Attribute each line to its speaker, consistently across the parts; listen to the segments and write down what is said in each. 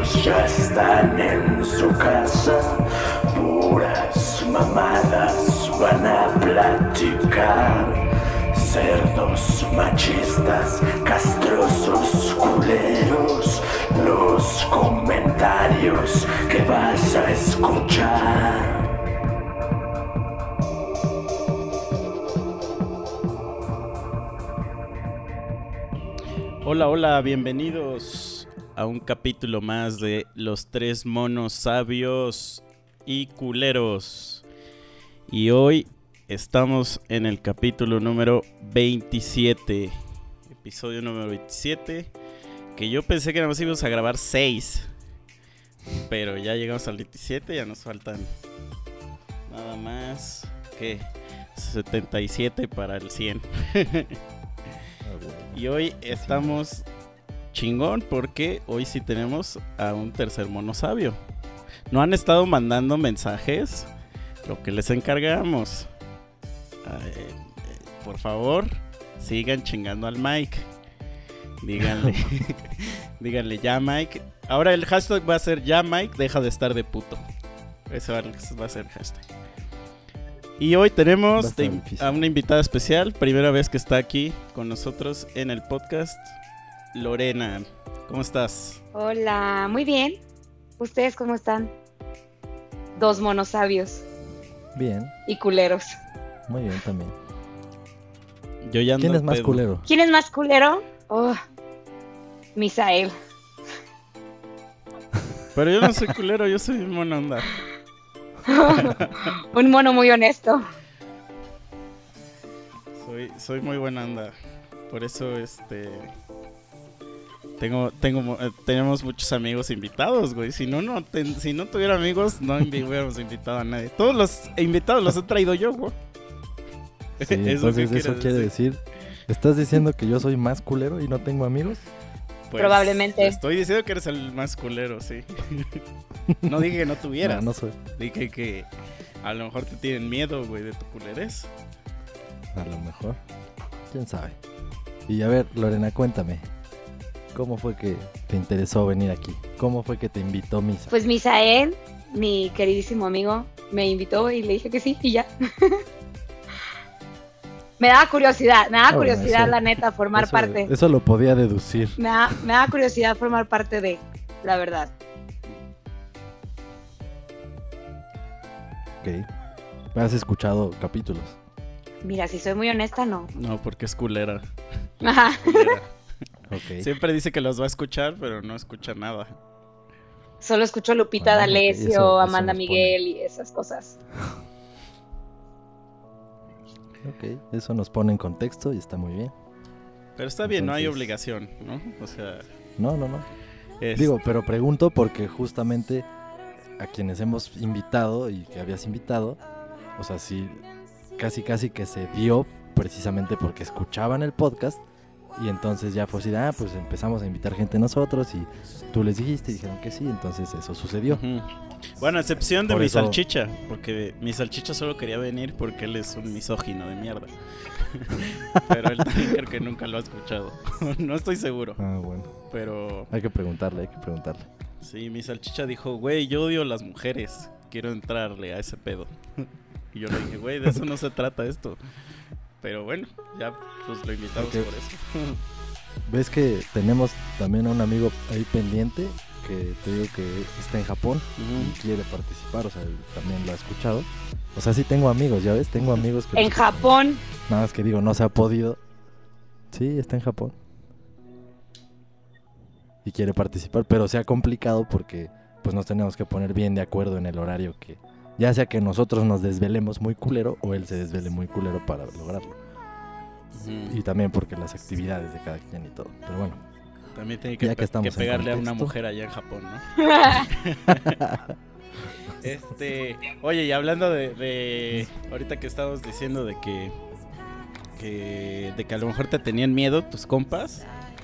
Speaker 1: Todos ya están en su casa, puras mamadas van a platicar. Cerdos machistas, castrosos culeros, los comentarios que vas a escuchar.
Speaker 2: Hola, hola, bienvenidos a un capítulo más de Los Tres Monos Sabios y Culeros. Y hoy estamos en el capítulo número 27, episodio número 27, que yo pensé que nada más íbamos a grabar 6, pero ya llegamos al 27, ya nos faltan nada más que 77 para el 100. Y hoy estamos chingón porque hoy sí tenemos a un tercer mono sabio. No han estado mandando mensajes, lo que les encargamos. Por favor, sigan chingando al Mike. Díganle ya Mike. Ahora el hashtag va a ser ya Mike, deja de estar de puto. Ese va a ser el hashtag. Y hoy tenemos a una invitada especial, primera vez que está aquí con nosotros en el podcast, Lorena. ¿Cómo estás?
Speaker 3: Hola, muy bien. ¿Ustedes cómo están? Dos monos sabios.
Speaker 4: Bien.
Speaker 3: Y culeros.
Speaker 4: Muy bien también.
Speaker 2: Yo ya ando
Speaker 4: ¿Quién es más
Speaker 2: pedo.
Speaker 4: culero?
Speaker 3: ¿Quién es más culero? Oh, Misael.
Speaker 2: Pero yo no soy culero, yo soy un mono onda.
Speaker 3: Un mono muy honesto.
Speaker 2: Soy muy buena onda. Por eso tenemos muchos amigos invitados, güey. Si no tuviera amigos, no hubiéramos invitado a nadie. Todos los invitados los he traído yo, güey.
Speaker 4: Sí, entonces eso quiere decir, ¿estás diciendo que yo soy más culero y no tengo amigos?
Speaker 2: Pues,
Speaker 3: probablemente.
Speaker 2: Estoy diciendo que eres el más culero, sí. No dije que no tuvieras.
Speaker 4: No soy.
Speaker 2: Dije que a lo mejor te tienen miedo, güey, de tu culerez.
Speaker 4: A lo mejor. ¿Quién sabe? Y a ver, Lorena, cuéntame. ¿Cómo fue que te interesó venir aquí? ¿Cómo fue que te invitó Misa?
Speaker 3: Pues Misael, mi queridísimo amigo, me invitó y le dije que sí y ya. Me daba curiosidad,
Speaker 4: eso,
Speaker 3: la neta, formar parte.
Speaker 4: Eso lo podía deducir.
Speaker 3: Me da curiosidad formar parte de, la verdad.
Speaker 4: Ok. ¿Has escuchado capítulos?
Speaker 3: Mira, si soy muy honesta, no.
Speaker 2: No, porque es culera.
Speaker 3: Ajá.
Speaker 2: Culera.
Speaker 4: Ok.
Speaker 2: Siempre dice que los va a escuchar, pero no escucha nada.
Speaker 3: Solo escucho a Lupita D'Alessio,
Speaker 4: eso
Speaker 3: Amanda
Speaker 4: nos
Speaker 3: Miguel y esas cosas.
Speaker 4: Ok, eso nos pone en contexto y está muy bien.
Speaker 2: Pero está bien, no hay
Speaker 4: Entonces-
Speaker 2: obligación, ¿no? O sea,
Speaker 4: No. Digo, pero pregunto porque justamente a quienes hemos invitado y que habías invitado, o sea, sí, casi que se dio precisamente porque escuchaban el podcast y entonces ya fue así, pues empezamos a invitar gente nosotros y tú les dijiste y dijeron que sí, entonces eso sucedió.
Speaker 2: ujú. Bueno, a excepción de
Speaker 4: Por
Speaker 2: mi
Speaker 4: eso-
Speaker 2: salchicha, porque mi salchicha solo quería venir porque él es un misógino de mierda. Pero él también creo que nunca lo ha escuchado. No estoy seguro,
Speaker 4: Ah, bueno,
Speaker 2: pero
Speaker 4: hay que preguntarle.
Speaker 2: sí, mi salchicha dijo, güey, yo odio a las mujeres, quiero entrarle a ese pedo. Y yo le dije, güey, de eso no se trata esto. Pero bueno, ya pues lo invitamos
Speaker 4: Ok.
Speaker 2: por eso.
Speaker 4: ¿Ves que tenemos también a un amigo ahí pendiente que te digo que está en Japón y quiere participar? O sea, él también lo ha escuchado. O sea, sí tengo amigos, ya ves, tengo amigos que...
Speaker 3: En Japón.
Speaker 4: Nada más que digo, no se ha podido. Sí, está en Japón. Y quiere participar, pero se ha complicado porque pues nos tenemos que poner bien de acuerdo en el horario que... Ya sea que nosotros nos desvelemos muy culero o él se desvele muy culero para lograrlo.
Speaker 2: Ujú.
Speaker 4: Y también porque las actividades de cada quien y todo. Pero bueno.
Speaker 2: También tiene
Speaker 4: Ya que estamos en
Speaker 2: pegarle a una
Speaker 4: contexto.
Speaker 2: mujer allá en Japón, ¿no? Oye, y hablando de ahorita que estábamos diciendo de que a lo mejor te tenían miedo tus compas.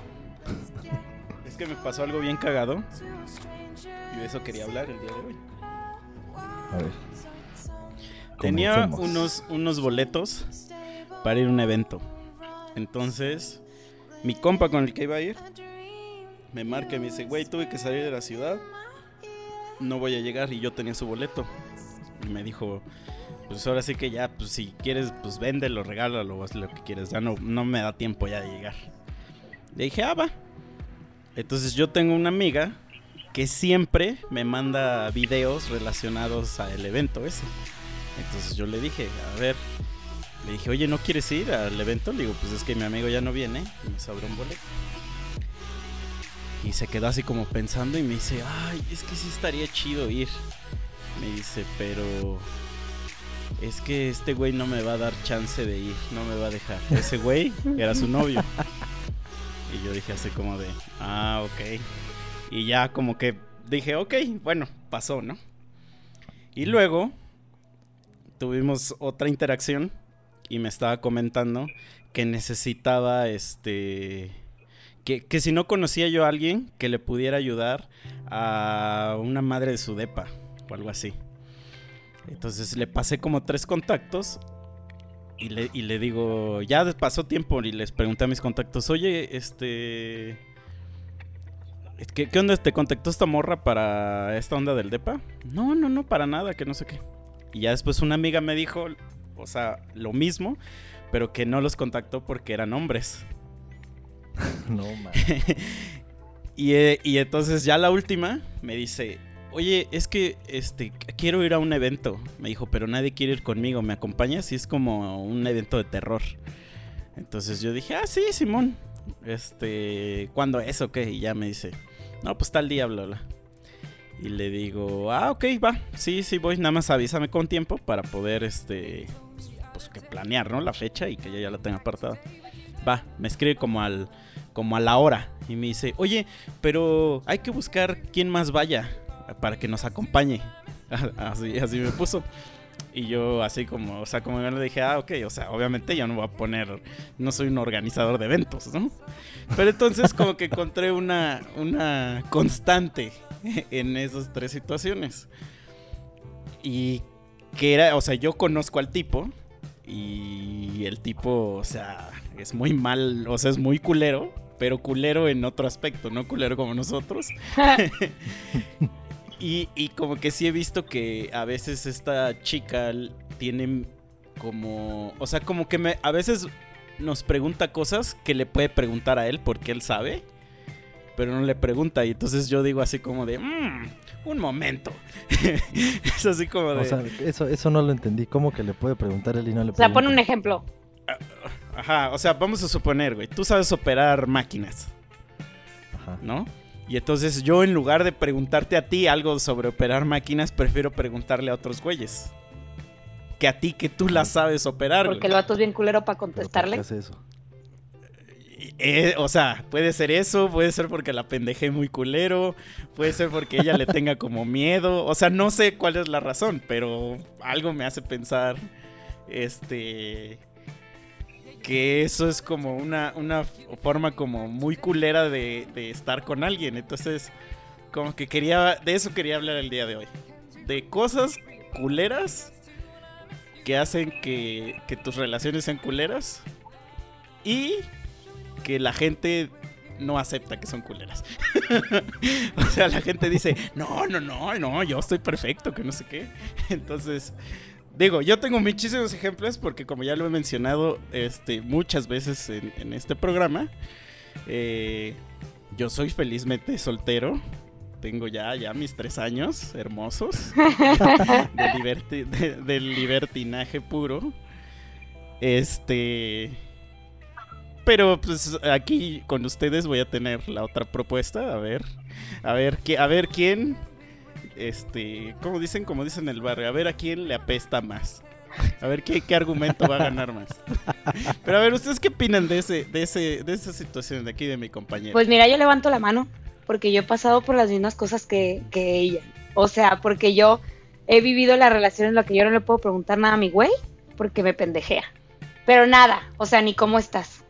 Speaker 2: Es que me pasó algo bien cagado y de eso quería hablar el día de hoy.
Speaker 4: A ver.
Speaker 2: Tenía
Speaker 4: comencemos.
Speaker 2: unos boletos para ir a un evento. Entonces, mi compa con el que iba a ir me marca y me dice, güey, tuve que salir de la ciudad, no voy a llegar, y yo tenía su boleto. Y me dijo, pues ahora sí que ya, pues si quieres, pues véndelo, regálalo, haz lo que quieras, ya no me da tiempo ya de llegar. Le dije, va. Entonces yo tengo una amiga que siempre me manda videos relacionados al evento ese. Entonces yo le dije, le dije, oye, ¿no quieres ir al evento? Le digo, pues es que mi amigo ya no viene y me sobra un boleto. Y se quedó así como pensando y me dice, ay, es que sí estaría chido ir. Me dice, pero es que este güey no me va a dar chance de ir, no me va a dejar. Ese güey era su novio. Y yo dije así como de, ok. Y ya como que dije, ok, bueno, pasó, ¿no? Y luego tuvimos otra interacción y me estaba comentando que necesitaba que si no conocía yo a alguien que le pudiera ayudar a una madre de su depa o algo así. Entonces le pasé como 3 contactos y le digo, ya pasó tiempo, y les pregunté a mis contactos, oye, ¿qué onda? ¿Te contactó esta morra para esta onda del depa? No, para nada, que no sé qué. Y ya después una amiga me dijo, o sea, lo mismo, pero que no los contactó porque eran hombres.
Speaker 4: No, man.
Speaker 2: y entonces ya la última me dice, oye, es que quiero ir a un evento. Me dijo, pero nadie quiere ir conmigo, ¿me acompañas? Y es como un evento de terror. Entonces yo dije, sí, Simón. ¿Cuándo es o qué? Y ya me dice, no, pues tal día, bla, bla. Y le digo, ok, va, sí, voy, nada más avísame con tiempo para poder, pues que planear, ¿no? La fecha y que yo ya la tenga apartada. Va, me escribe como a la hora y me dice, oye, pero hay que buscar quién más vaya para que nos acompañe. Así me puso. Y yo así como, o sea, como yo le dije, ok, o sea, obviamente yo no voy a poner, no soy un organizador de eventos, ¿no? Pero entonces como que encontré una constante en esas 3 situaciones. Y que era, o sea, yo conozco al tipo y el tipo, o sea, es muy mal, o sea, es muy culero, pero culero en otro aspecto, no culero como nosotros. Y como que sí he visto que a veces esta chica tiene como, o sea, como que a veces nos pregunta cosas que le puede preguntar a él porque él sabe, pero no le pregunta. Y entonces yo digo así como de, un momento. Es así como de...
Speaker 4: O sea, eso no lo entendí. ¿Cómo que le puede preguntar él y no le pregunta?
Speaker 3: O sea, pon un ejemplo.
Speaker 2: Ajá, o sea, vamos a suponer, güey, tú sabes operar máquinas.
Speaker 4: Ajá.
Speaker 2: ¿No? Y entonces yo, en lugar de preguntarte a ti algo sobre operar máquinas, prefiero preguntarle a otros güeyes que a ti, que tú las sabes operar.
Speaker 3: Porque el vato es bien culero para contestarle.
Speaker 4: ¿Qué hace eso?
Speaker 2: O sea, puede ser eso, puede ser porque la pendejé muy culero, puede ser porque ella le tenga como miedo. O sea, no sé cuál es la razón, pero algo me hace pensar que eso es como una forma como muy culera de estar con alguien. Entonces, como que de eso quería hablar el día de hoy. De cosas culeras que hacen que tus relaciones sean culeras y que la gente no acepta que son culeras. O sea, la gente dice, no, yo estoy perfecto, que no sé qué. Entonces... digo, yo tengo muchísimos ejemplos porque, como ya lo he mencionado muchas veces en este programa, yo soy felizmente soltero. Tengo ya mis 3 años hermosos del libertinaje puro. Pero pues aquí con ustedes voy a tener la otra propuesta. A ver quién... como dicen en el barrio, a ver a quién le apesta más, a ver qué argumento va a ganar más. Pero a ver, ¿ustedes qué opinan de esa situación de aquí de mi compañera?
Speaker 3: Pues mira, yo levanto la mano porque yo he pasado por las mismas cosas que ella. O sea, porque yo he vivido la relación en la que yo no le puedo preguntar nada a mi güey porque me pendejea. Pero nada, o sea, ni cómo estás.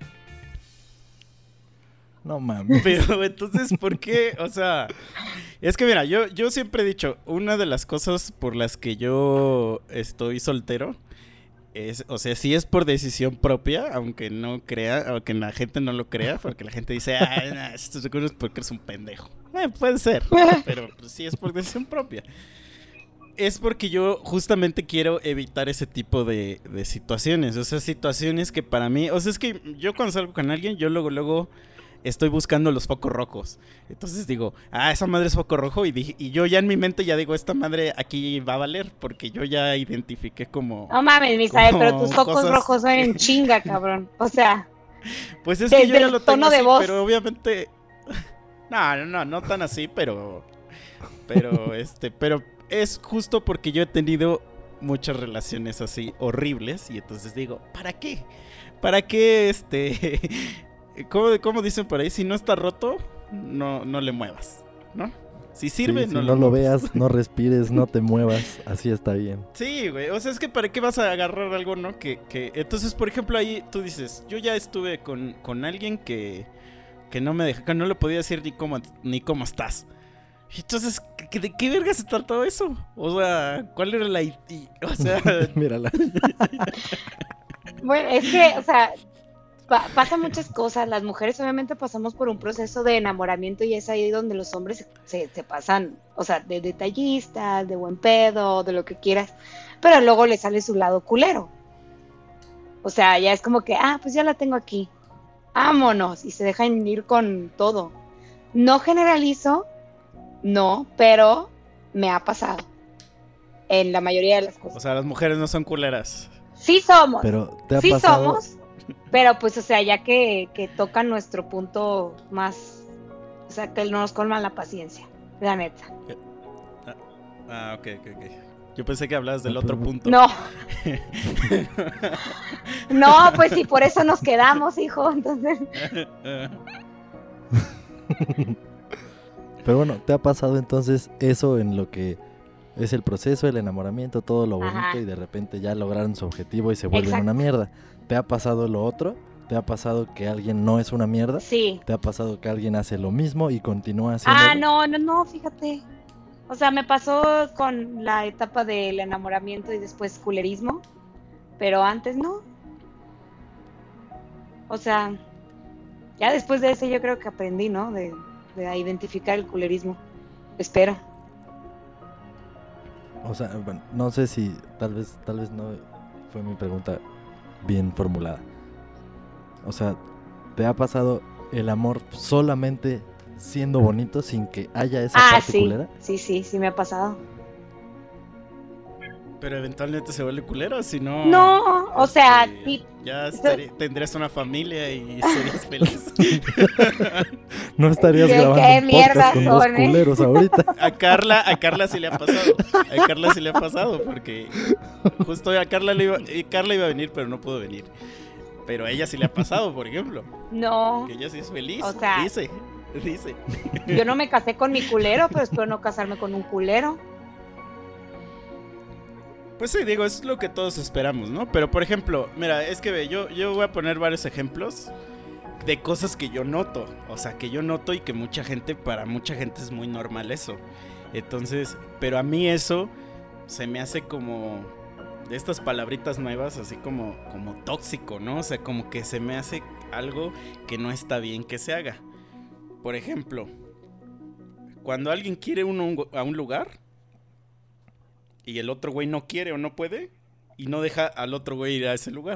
Speaker 4: No mames.
Speaker 2: Pero entonces, ¿por qué? O sea, es que mira, yo siempre he dicho, una de las cosas por las que yo estoy soltero o sea, sí es por decisión propia, aunque no crea, aunque la gente no lo crea, porque la gente dice, esto seguro es porque eres un pendejo. Puede ser, pero pues, sí es por decisión propia. Es porque yo justamente quiero evitar ese tipo de situaciones, o sea, situaciones que para mí, o sea, es que yo cuando salgo con alguien, yo luego estoy buscando los focos rojos. Entonces digo, esa madre es foco rojo. Y yo ya en mi mente ya digo, esta madre aquí va a valer. Porque yo ya identifiqué como...
Speaker 3: No mames, Misael, pero tus focos rojos son en chinga, cabrón. O sea...
Speaker 2: Pues es que yo ya lo tengo así,
Speaker 3: de voz.
Speaker 2: pero obviamente... No tan así, pero es justo porque yo he tenido muchas relaciones así horribles. Y entonces digo, ¿para qué? ¿Para qué ¿Cómo dicen por ahí? Si no está roto, no le muevas, ¿no? Si sirve,
Speaker 4: sí,
Speaker 2: no
Speaker 4: si
Speaker 2: lo
Speaker 4: no lo
Speaker 2: muevas.
Speaker 4: veas, no respires, no te muevas, así está bien.
Speaker 2: Sí, güey, o sea, es que ¿para qué vas a agarrar algo, no? Entonces, por ejemplo, ahí tú dices, yo ya estuve con alguien que no me deja, que no le podía decir ni cómo estás. Entonces, ¿de qué verga se trató eso? O sea, ¿cuál era o sea...
Speaker 4: Mírala.
Speaker 3: Bueno, es que, o sea... Pasan muchas cosas, las mujeres obviamente pasamos por un proceso de enamoramiento y es ahí donde los hombres se pasan, o sea, de detallistas, de buen pedo, de lo que quieras, pero luego le sale su lado culero. O sea, ya es como que, pues ya la tengo aquí, vámonos, y se dejan ir con todo. No generalizo, no, pero me ha pasado en la mayoría de las cosas.
Speaker 2: O sea, las mujeres no son culeras.
Speaker 3: Sí somos,
Speaker 4: pero ¿te ha
Speaker 3: sí
Speaker 4: pasado?
Speaker 3: Somos. Pero pues, o sea, ya que tocan nuestro punto más, o sea, que nos colman la paciencia, la neta.
Speaker 2: Ok. Yo pensé que hablabas del otro punto.
Speaker 3: No. No, pues sí, por eso nos quedamos, hijo, entonces.
Speaker 4: Pero bueno, ¿te ha pasado entonces eso en lo que es el proceso, el enamoramiento, todo lo bonito? Ajá. Y de repente ya lograron su objetivo y se vuelven una mierda? ¿Te ha pasado lo otro? ¿Te ha pasado que alguien no es una mierda?
Speaker 3: Sí.
Speaker 4: ¿Te ha pasado que alguien hace lo mismo y continúa haciendo?
Speaker 3: No, fíjate. O sea, me pasó con la etapa del enamoramiento y después culerismo, pero antes no. O sea, ya después de ese yo creo que aprendí, ¿no? De identificar el culerismo. Espero.
Speaker 4: O sea, bueno, no sé si tal vez no fue mi pregunta bien formulada. O sea, ¿te ha pasado el amor solamente siendo bonito sin que haya esa parte culera?
Speaker 3: Sí, me ha pasado.
Speaker 2: Pero eventualmente se vuelve culero, si no...
Speaker 3: No, o sea...
Speaker 2: Ya tendrías una familia y serías feliz.
Speaker 4: No estarías grabando un podcast con dos culeros ahorita.
Speaker 2: A Carla sí le ha pasado. A Carla sí le ha pasado, porque justo a Carla iba a venir, pero no pudo venir. Pero a ella sí le ha pasado, por ejemplo.
Speaker 3: No.
Speaker 2: Que ella sí es feliz,
Speaker 3: o sea,
Speaker 2: dice.
Speaker 3: Yo no me casé con mi culero, pero espero no casarme con un culero.
Speaker 2: Pues sí, digo, es lo que todos esperamos, ¿no? Pero por ejemplo, mira, es que yo voy a poner varios ejemplos de cosas que yo noto. O sea, que yo noto y que para mucha gente es muy normal eso. Entonces, pero a mí eso se me hace como de estas palabritas nuevas, así como tóxico, ¿no? O sea, como que se me hace algo que no está bien que se haga. Por ejemplo, cuando alguien quiere a un lugar y el otro güey no quiere o no puede y no deja al otro güey ir a ese lugar.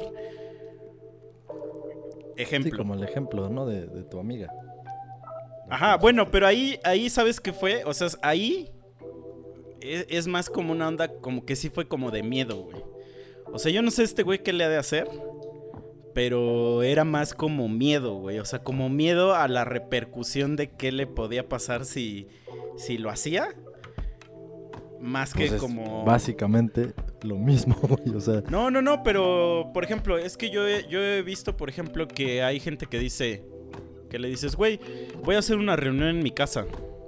Speaker 2: Ejemplo.
Speaker 4: Sí, como el ejemplo, ¿no? De tu amiga.
Speaker 2: Ajá, bueno, pero ahí ¿sabes qué fue? O sea, ahí es más como una onda, como que sí fue como de miedo, güey. O sea, yo no sé este güey qué le ha de hacer, pero era más como miedo, güey. O sea, como miedo a la repercusión de qué le podía pasar si lo hacía. Más pues que como...
Speaker 4: Básicamente lo mismo, güey, o sea...
Speaker 2: No, pero, por ejemplo, es que yo he visto, por ejemplo, que hay gente que dice... Que le dices, güey, voy a hacer una reunión en mi casa.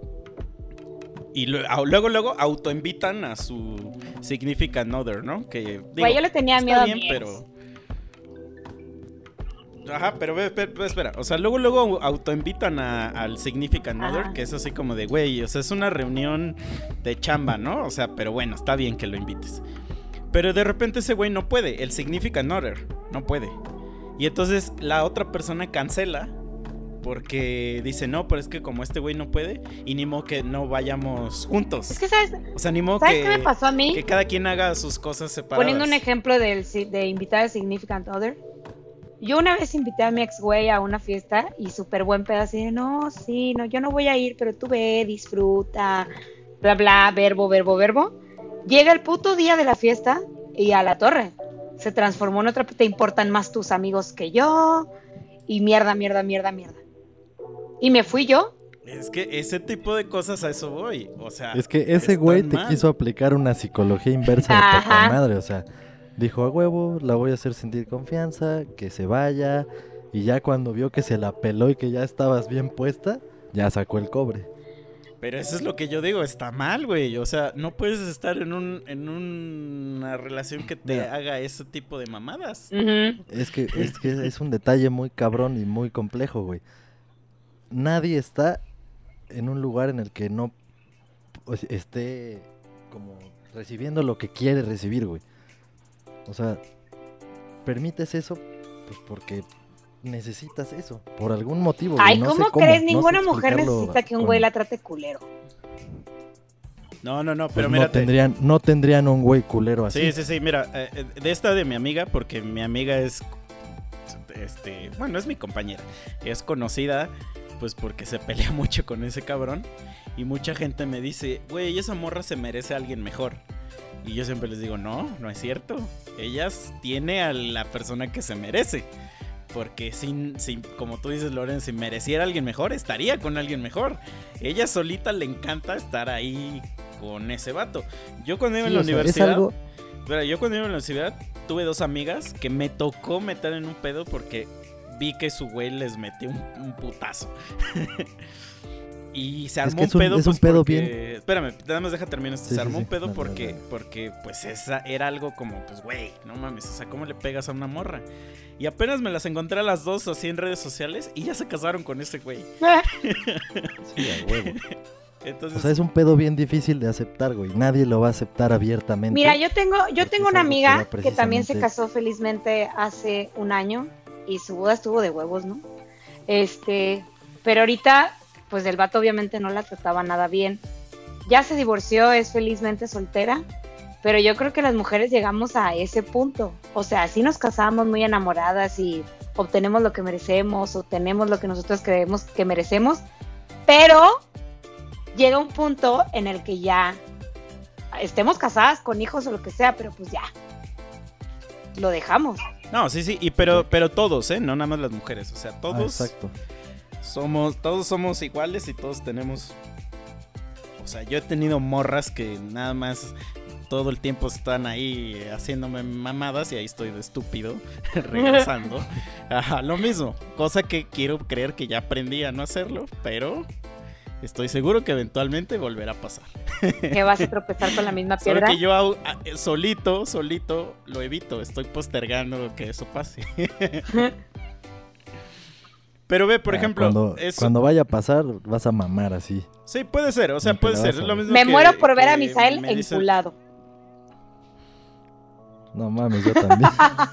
Speaker 2: Y luego autoinvitan a su significant other, ¿no? Que, digo,
Speaker 3: güey, yo le tenía miedo
Speaker 2: bien, a pero... Ajá, pero espera, o sea, luego autoinvitan al significant other, que es así como de, güey, o sea, es una reunión de chamba, ¿no? O sea, pero bueno, está bien que lo invites. Pero de repente ese güey no puede, el significant other no puede. Y entonces la otra persona cancela porque dice, no, pero es que como este güey no puede, y ni modo que no vayamos juntos.
Speaker 3: Es que, ¿sabes?
Speaker 2: O sea, ni modo
Speaker 3: ¿Sabes qué me pasó a mí?
Speaker 2: que cada quien haga sus cosas separadas.
Speaker 3: Poniendo un ejemplo de invitar al significant other. Yo una vez invité a mi ex güey a una fiesta y súper buen pedo así de, no, sí, no, yo no voy a ir, pero tú ve, disfruta, bla, bla, verbo. Llega el puto día de la fiesta y a la torre. Se transformó en otra, te importan más tus amigos que yo, y mierda. Y me fui yo.
Speaker 2: Es que ese tipo de cosas a eso voy, o sea...
Speaker 4: Es que ese güey te quiso aplicar una psicología inversa de poca madre, o sea... Dijo, a huevo, la voy a hacer sentir confianza, que se vaya. Y ya cuando vio que se la peló y que ya estabas bien puesta, ya sacó el cobre.
Speaker 2: Pero eso es lo que yo digo, está mal, güey. O sea, no puedes estar en una relación que te haga ese tipo de mamadas.
Speaker 3: Uh-huh.
Speaker 4: Es que es un detalle muy cabrón y muy complejo, güey. Nadie está en un lugar en el que no esté como recibiendo lo que quiere recibir, güey. O sea, permites eso pues porque necesitas eso, por algún motivo.
Speaker 3: Ay,
Speaker 4: no
Speaker 3: ¿cómo
Speaker 4: sé
Speaker 3: crees?
Speaker 4: No
Speaker 3: Ninguna
Speaker 4: sé
Speaker 3: mujer
Speaker 4: explicarlo
Speaker 3: necesita que un güey la trate culero.
Speaker 2: No, pero
Speaker 4: pues
Speaker 2: mírate.
Speaker 4: no tendrían un güey culero así.
Speaker 2: Sí, mira, de esta de mi amiga, porque mi amiga es, bueno, es mi compañera, es conocida, pues porque se pelea mucho con ese cabrón, y mucha gente me dice, güey, esa morra se merece a alguien mejor. Y yo siempre les digo, no es cierto. Ella tiene a la persona que se merece. Porque sin como tú dices, Loren, si mereciera a alguien mejor, estaría con alguien mejor. Ella solita le encanta estar ahí con ese vato. Yo cuando iba en la universidad... Yo cuando iba en la universidad tuve 2 amigas que me tocó meter en un pedo porque vi que su güey les metió un putazo. Y se armó un pedo,
Speaker 4: es un pedo
Speaker 2: porque...
Speaker 4: bien.
Speaker 2: Espérame, nada más deja terminar esto. Se armó un pedo
Speaker 4: No,
Speaker 2: porque pues esa era algo como, pues güey, no mames, o sea, ¿cómo le pegas a una morra? Y apenas me las encontré a las 2 así en redes sociales y ya se casaron con ese güey.
Speaker 4: Sí, a huevo.
Speaker 2: Entonces...
Speaker 4: O sea, es un pedo bien difícil de aceptar, güey. Nadie lo va a aceptar abiertamente.
Speaker 3: Mira, yo tengo una amiga que también se
Speaker 4: precisamente...
Speaker 3: casó felizmente hace un año y su boda estuvo de huevos, ¿no? Pero ahorita, pues el vato obviamente no la trataba nada bien. Ya se divorció, es felizmente soltera, pero yo creo que las mujeres llegamos a ese punto. O sea, sí nos casamos muy enamoradas y obtenemos lo que merecemos, o tenemos lo que nosotros creemos que merecemos, pero llega un punto en el que ya estemos casadas con hijos o lo que sea, pero pues ya lo dejamos.
Speaker 2: No, sí, pero todos, no nada más las mujeres, o sea, todos.
Speaker 4: Exacto.
Speaker 2: Todos somos iguales y todos tenemos... O sea, yo he tenido morras que nada más todo el tiempo están ahí haciéndome mamadas y ahí estoy de estúpido regresando. Ajá, lo mismo, cosa que quiero creer que ya aprendí a no hacerlo, pero estoy seguro que eventualmente volverá a pasar.
Speaker 3: Que vas a tropezar con la misma piedra.
Speaker 2: Solo que yo solito lo evito, estoy postergando que eso pase. Pero ve, por ejemplo...
Speaker 4: Cuando vaya a pasar, vas a mamar así.
Speaker 2: Sí, puede ser, o sea, puede ser. Es lo mismo
Speaker 3: me muero por ver a Misael enculado.
Speaker 4: No mames, yo también.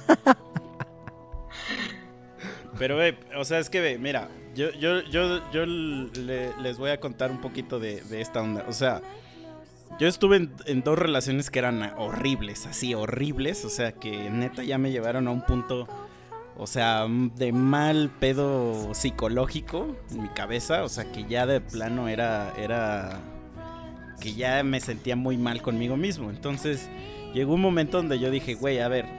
Speaker 2: Pero ve, o sea, es que ve, mira, yo les voy a contar un poquito de esta onda. O sea, yo estuve en 2 relaciones que eran horribles, así horribles. O sea, que neta ya me llevaron a un punto... O sea, de mal pedo psicológico en mi cabeza. O sea, que ya de plano era que ya me sentía muy mal conmigo mismo. Entonces, llegó un momento donde yo dije, güey, a ver,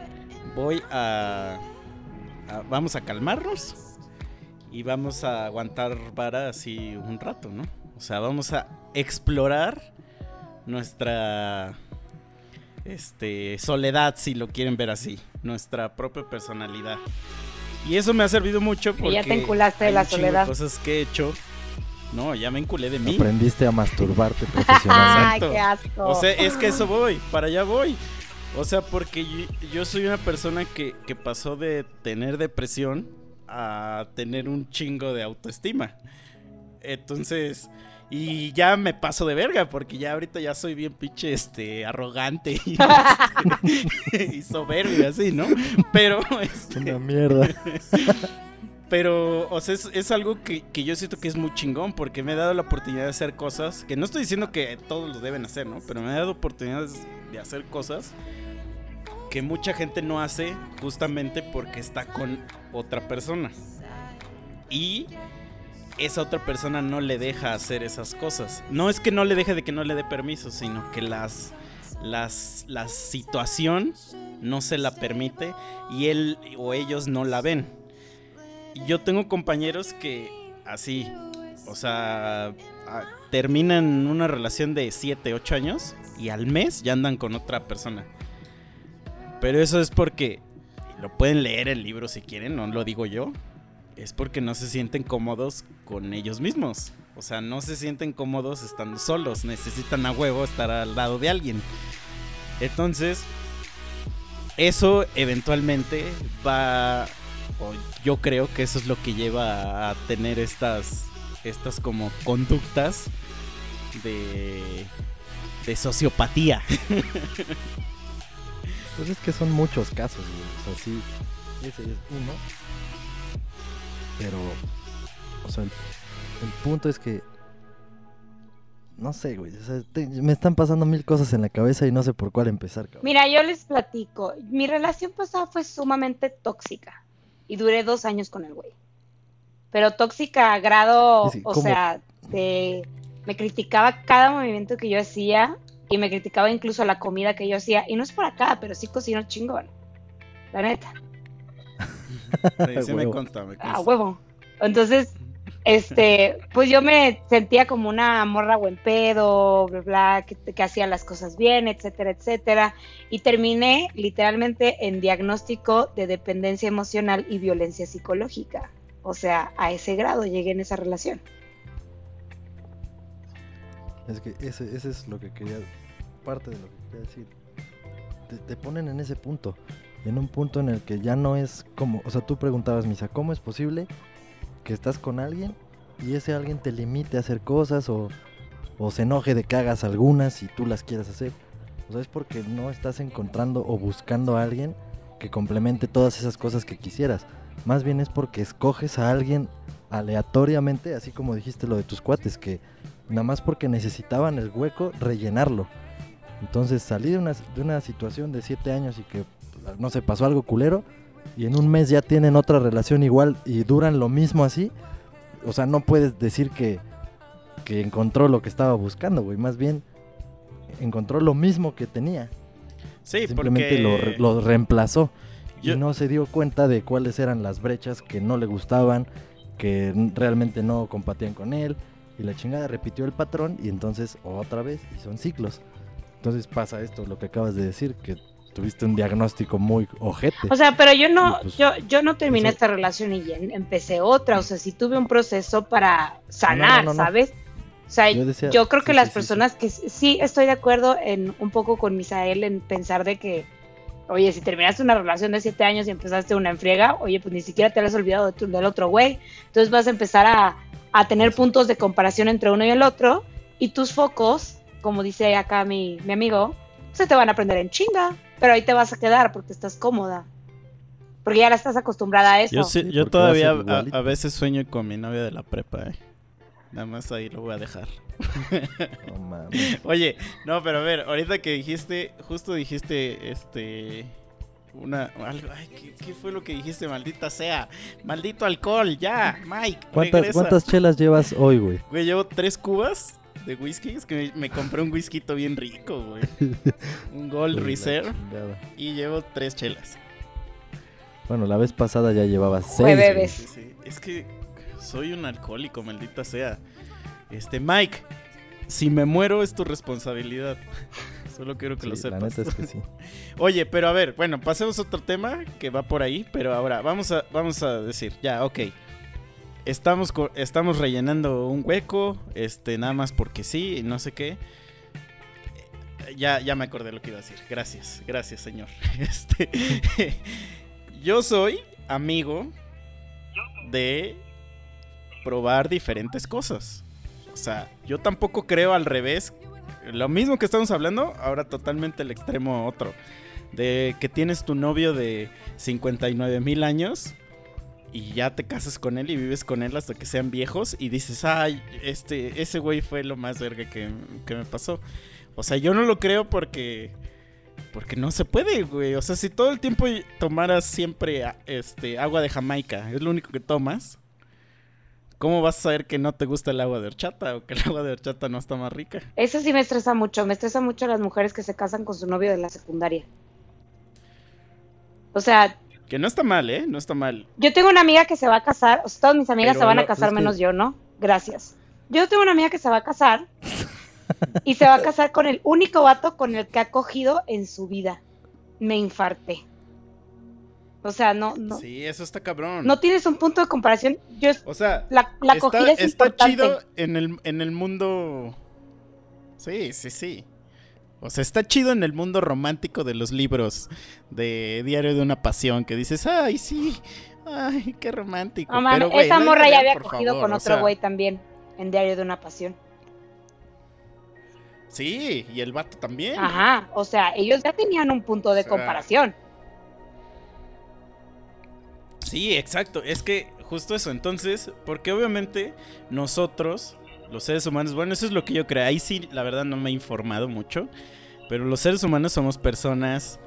Speaker 2: vamos a calmarnos y vamos a aguantar vara así un rato, ¿no? O sea, vamos a explorar nuestra... soledad, si lo quieren ver así, nuestra propia personalidad. Y eso me ha servido mucho porque
Speaker 3: ya te enculaste de la soledad.
Speaker 2: Cosas que he hecho. No, ya me enculé de mí.
Speaker 4: Aprendiste a masturbarte profesionalmente.
Speaker 3: Ay, qué asco.
Speaker 2: O sea, es que eso voy, para allá voy. O sea, porque yo soy una persona que pasó de tener depresión a tener un chingo de autoestima. Entonces, Y ya me paso de verga, porque ya ahorita ya soy bien pinche arrogante y soberbio, así, ¿no? Pero
Speaker 4: una mierda.
Speaker 2: Pero, o sea, es algo que yo siento que es muy chingón, porque me he dado la oportunidad de hacer cosas, que no estoy diciendo que todos lo deben hacer, ¿no? Pero me he dado oportunidades de hacer cosas que mucha gente no hace justamente porque está con otra persona. Y esa otra persona no le deja hacer esas cosas. No es que no le deje de que no le dé permiso, sino que la situación no se la permite y él o ellos no la ven. Yo tengo compañeros que así, o sea, terminan una relación de 7, 8 años y al mes ya andan con otra persona. Pero eso es porque, lo pueden leer el libro si quieren, no lo digo yo, es porque no se sienten cómodos con ellos mismos. O sea, no se sienten cómodos estando solos, necesitan a huevo estar al lado de alguien. Entonces, eso eventualmente va, o yo creo que eso es lo que lleva a tener estas como conductas de sociopatía.
Speaker 4: Pues es que son muchos casos, güey. O sea, sí, ese es uno. Pero, o sea, el punto es que, no sé, güey. O sea, me están pasando 1000 cosas en la cabeza y no sé por cuál empezar, cabrón.
Speaker 3: Mira, yo les platico. Mi relación pasada fue sumamente tóxica. Y duré 2 años con el güey. Pero tóxica a grado,
Speaker 4: Sí,
Speaker 3: o
Speaker 4: ¿cómo?
Speaker 3: sea, me criticaba cada movimiento que yo hacía. Y me criticaba incluso la comida que yo hacía. Y no es por acá, pero sí cocino chingón. La neta.
Speaker 2: Sí, me consta.
Speaker 3: A huevo. Entonces, pues yo me sentía como una morra buen pedo, bla, bla, que hacía las cosas bien, etcétera, etcétera. Y terminé literalmente en diagnóstico de dependencia emocional y violencia psicológica. O sea, a ese grado llegué en esa relación.
Speaker 4: Es que ese es lo que quería, parte de lo que quería decir. Te ponen en ese punto, en un punto en el que ya no es como, o sea, tú preguntabas, Misa, ¿cómo es posible que estás con alguien y ese alguien te limite a hacer cosas o se enoje de que hagas algunas y tú las quieras hacer? O sea, es porque no estás encontrando o buscando a alguien que complemente todas esas cosas que quisieras. Más bien es porque escoges a alguien aleatoriamente, así como dijiste lo de tus cuates, que nada más porque necesitaban el hueco, rellenarlo. Entonces salí de una situación de 7 años y que, no sé, pasó algo culero, y en un mes ya tienen otra relación igual y duran lo mismo así. O sea, no puedes decir que encontró lo que estaba buscando, güey. Más bien, encontró lo mismo que tenía.
Speaker 2: Sí,
Speaker 4: simplemente
Speaker 2: porque
Speaker 4: lo reemplazó. Y no se dio cuenta de cuáles eran las brechas que no le gustaban, que realmente no compatían con él. Y la chingada repitió el patrón y entonces otra vez, y son ciclos. Entonces pasa esto, lo que acabas de decir, que tuviste un diagnóstico muy ojete.
Speaker 3: O sea, pero yo no,
Speaker 4: pues,
Speaker 3: yo no terminé
Speaker 4: eso...
Speaker 3: esta relación y empecé otra. O sea, sí tuve un proceso para sanar, no. ¿Sabes? O sea, yo creo que las personas que sí estoy de acuerdo en un poco con Misael en pensar de que, oye, si terminaste una relación de 7 años y empezaste una en friega, oye, pues ni siquiera te has olvidado del otro güey. Entonces vas a empezar a tener puntos de comparación entre uno y el otro, y tus focos, como dice acá mi amigo, se te van a prender en chinga, pero ahí te vas a quedar porque estás cómoda, porque ya la estás acostumbrada a eso.
Speaker 2: Yo todavía a veces sueño con mi novia de la prepa, nada más ahí lo voy a dejar.
Speaker 4: No mames.
Speaker 2: Oye, no, pero a ver, ahorita que justo dijiste, ¿qué fue lo que dijiste? Maldita sea, maldito alcohol, ya, Mike.
Speaker 4: ¿Cuántas chelas llevas hoy, güey?
Speaker 2: Güey, llevo 3 cubas de whisky, es que me compré un whisky bien rico, güey. Un Gold Reserve y llevo 3 chelas.
Speaker 4: Bueno, la vez pasada ya llevabas 6.
Speaker 3: Bebes.
Speaker 2: Sí. Es que soy un alcohólico, maldita sea. Mike, si me muero es tu responsabilidad. Solo quiero que lo sepas.
Speaker 4: La neta es que sí.
Speaker 2: Oye, pero a ver, bueno, pasemos a otro tema que va por ahí, pero ahora vamos a decir, ya, ok. Estamos rellenando un hueco, nada más porque sí, no sé qué. Ya me acordé lo que iba a decir. Gracias, señor. Yo soy amigo de probar diferentes cosas. O sea, yo tampoco creo al revés. Lo mismo que estamos hablando, ahora totalmente el extremo otro. De que tienes tu novio de 59,000 años y ya te casas con él y vives con él hasta que sean viejos y dices, ay, ese güey fue lo más verga que me pasó. O sea, yo no lo creo porque no se puede, güey. O sea, si todo el tiempo tomaras siempre agua de Jamaica, es lo único que tomas, ¿cómo vas a saber que no te gusta el agua de horchata o que el agua de horchata no está más rica?
Speaker 3: Eso sí me estresa mucho las mujeres que se casan con su novio de la secundaria. O sea...
Speaker 2: Que no está mal, ¿eh? No está mal.
Speaker 3: Yo tengo una amiga que se va a casar, o sea, todas mis amigas
Speaker 2: Pero
Speaker 3: se van a casar menos yo, ¿no? Gracias. Yo tengo una amiga que se va a casar y se va a casar con el único vato con el que ha cogido en su vida. Me infarté. O sea, no.
Speaker 2: Sí, eso está cabrón.
Speaker 3: No tienes un punto de comparación.
Speaker 2: O sea,
Speaker 3: la acogida es
Speaker 2: está
Speaker 3: importante.
Speaker 2: chido en el mundo. Sí. O sea, está chido en el mundo romántico de los libros de Diario de una Pasión, que dices, ay, sí, ay, qué romántico.
Speaker 3: No, mames,
Speaker 2: pero, güey,
Speaker 3: esa morra ya había
Speaker 2: por
Speaker 3: cogido
Speaker 2: favor,
Speaker 3: con otro güey también en Diario de una Pasión.
Speaker 2: Sí, y el vato también.
Speaker 3: Ajá, o sea, ellos ya tenían un punto de comparación.
Speaker 2: Sí, exacto, es que justo eso, entonces, porque obviamente nosotros, los seres humanos, bueno, eso es lo que yo creo, ahí sí, la verdad no me he informado mucho, pero los seres humanos somos personas,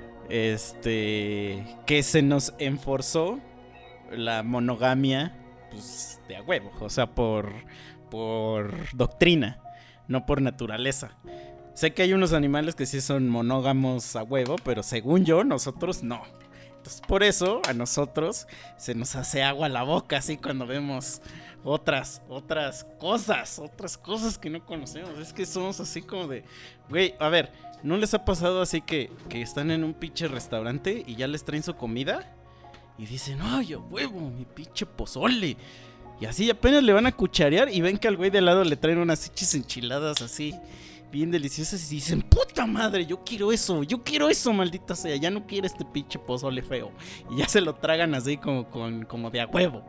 Speaker 2: que se nos enforzó la monogamia, pues, de a huevo, o sea, por doctrina, no por naturaleza. Sé que hay unos animales que sí son monógamos a huevo, pero según yo, nosotros no. Entonces, por eso a nosotros se nos hace agua la boca así cuando vemos otras cosas que no conocemos. Es que somos así como de, güey, a ver, ¿no les ha pasado así que están en un pinche restaurante y ya les traen su comida? Y dicen, ay, a huevo, mi pinche pozole. Y así apenas le van a cucharear y ven que al güey de al lado le traen unas pinches enchiladas así bien deliciosas y dicen, puta madre, yo quiero eso, maldita sea, ya no quiero este pinche pozole feo. Y ya se lo tragan así como de a huevo.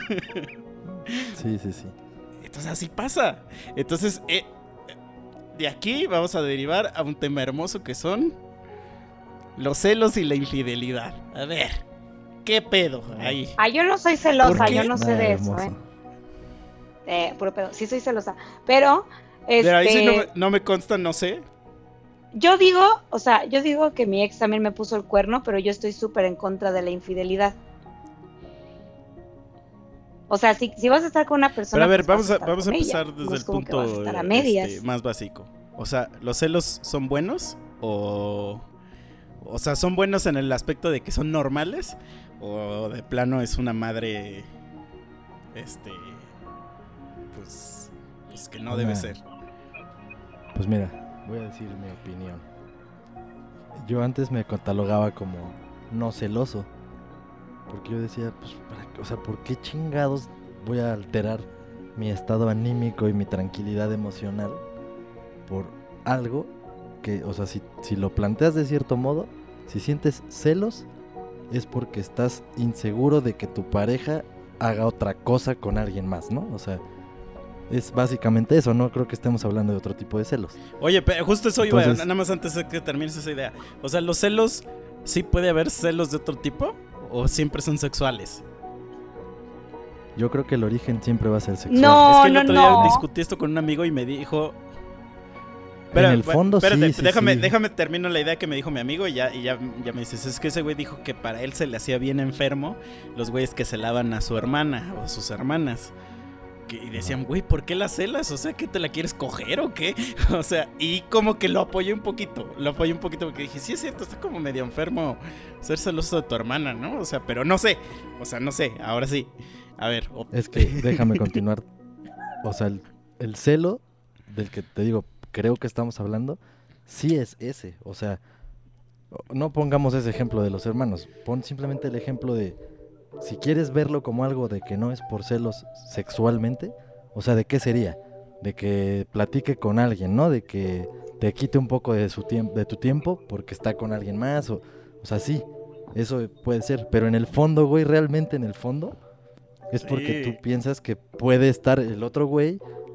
Speaker 4: Sí.
Speaker 2: Entonces así pasa. Entonces, de aquí vamos a derivar a un tema hermoso que son los celos y la infidelidad. A ver, ¿qué pedo ahí?
Speaker 3: Yo no soy celosa, yo no sé de eso,
Speaker 4: hermoso.
Speaker 3: Puro pedo, sí soy celosa, pero...
Speaker 2: Pero ahí sí no me consta, no sé.
Speaker 3: Yo digo que mi ex también me puso el cuerno, pero yo estoy súper en contra de la infidelidad. O sea, si vas a estar con una persona...
Speaker 2: Pero a ver,
Speaker 3: pues
Speaker 2: vamos a empezar
Speaker 3: ella.
Speaker 2: desde
Speaker 3: No
Speaker 2: el
Speaker 3: es como que
Speaker 2: punto
Speaker 3: vas a estar a medias.
Speaker 2: más básico. O sea, ¿los celos son buenos? O sea, ¿son buenos en el aspecto de que son normales? ¿O de plano es una madre... pues que no debe ser?
Speaker 4: Pues mira, voy a decir mi opinión. Yo antes me catalogaba como no celoso, porque yo decía, pues, ¿por qué chingados voy a alterar mi estado anímico y mi tranquilidad emocional por algo que, o sea, si lo planteas de cierto modo, si sientes celos, es porque estás inseguro de que tu pareja haga otra cosa con alguien más, ¿no? O sea, es básicamente eso, no creo que estemos hablando de otro tipo de celos.
Speaker 2: Oye, pero justo eso iba,
Speaker 4: Entonces,
Speaker 2: nada más antes de que termines esa idea. O sea, ¿los celos, sí puede haber celos de otro tipo? ¿O siempre son sexuales?
Speaker 4: Yo creo que el origen siempre va a ser sexual.
Speaker 3: No,
Speaker 2: es que el otro día
Speaker 3: no.
Speaker 2: discutí esto con un amigo y me dijo...
Speaker 4: En el fondo,
Speaker 2: espérate,
Speaker 4: sí.
Speaker 2: déjame termino la idea que me dijo mi amigo y ya me dices, es que ese güey dijo que para él se le hacía bien enfermo los güeyes que celaban a su hermana o a sus hermanas. Y decían, güey, ¿por qué la celas? O sea, ¿qué te la quieres coger o qué? O sea, y como que lo apoyé un poquito porque dije, sí es cierto, está como medio enfermo ser celoso de tu hermana, ¿no? O sea, pero no sé, ahora sí. A ver.
Speaker 4: Es que déjame continuar. O sea, el celo del que te digo, creo que estamos hablando, sí es ese. O sea, no pongamos ese ejemplo de los hermanos, pon simplemente el ejemplo de, si quieres verlo como algo de que no es por celos sexualmente, o sea, ¿de qué sería? De que platique con alguien, ¿no? De que te quite un poco de tu tiempo porque está con alguien más, o sea, sí, eso puede ser, pero en el fondo, güey, realmente en el fondo, es porque tú piensas que puede estar el otro güey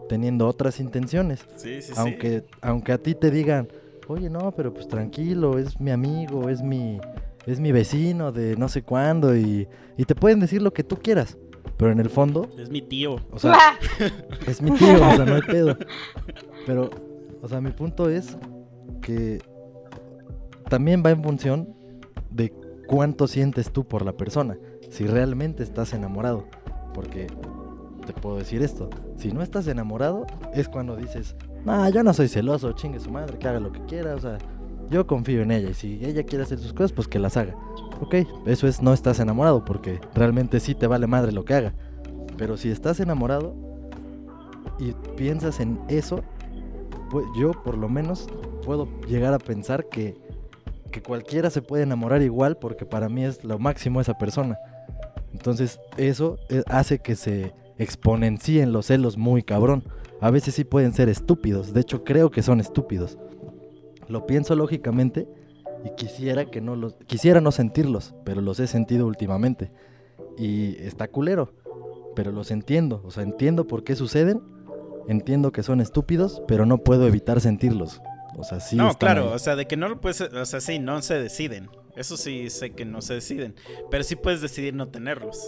Speaker 4: teniendo otras intenciones.
Speaker 2: Sí.
Speaker 4: Aunque a ti te digan, oye, no, pero pues tranquilo, es mi amigo, es mi vecino de no sé cuándo, y te pueden decir lo que tú quieras, pero en el fondo...
Speaker 2: Es mi tío.
Speaker 4: O sea, es mi tío, o sea, no hay pedo. Pero, o sea, mi punto es que también va en función de cuánto sientes tú por la persona, si realmente estás enamorado, porque te puedo decir esto, si no estás enamorado es cuando dices, yo no soy celoso, chingue su madre, que haga lo que quiera, o sea, yo confío en ella, y si ella quiere hacer sus cosas, pues que las haga. Ok, eso es no estás enamorado, porque realmente sí te vale madre lo que haga. Pero si estás enamorado y piensas en eso, pues yo por lo menos puedo llegar a pensar que cualquiera se puede enamorar igual, porque para mí es lo máximo esa persona. Entonces eso hace que se exponencien los celos muy cabrón. A veces sí pueden ser estúpidos, de hecho creo que son estúpidos. Lo pienso lógicamente y quisiera no sentirlos, pero los he sentido últimamente. Y está culero, pero los entiendo, o sea, entiendo por qué suceden, entiendo que son estúpidos, pero no puedo evitar sentirlos. O sea, sí.
Speaker 2: No, claro,
Speaker 4: ahí.
Speaker 2: O sea, de que no lo puedes, o sea, sí, no se deciden. Eso sí sé que no se deciden, pero sí puedes decidir no tenerlos.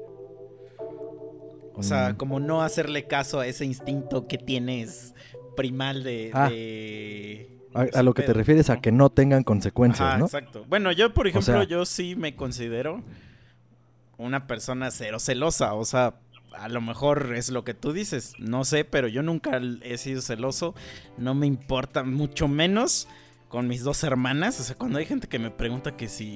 Speaker 2: O sea, como no hacerle caso a ese instinto que tienes primal
Speaker 4: a lo que te refieres, a que no tengan consecuencias,
Speaker 2: ajá,
Speaker 4: ¿no?
Speaker 2: Exacto. Bueno, yo, por ejemplo,
Speaker 4: o sea,
Speaker 2: yo sí me considero una persona cero celosa. O sea, a lo mejor es lo que tú dices, no sé, pero yo nunca he sido celoso. No me importa, mucho menos con mis dos hermanas. O sea, cuando hay gente que me pregunta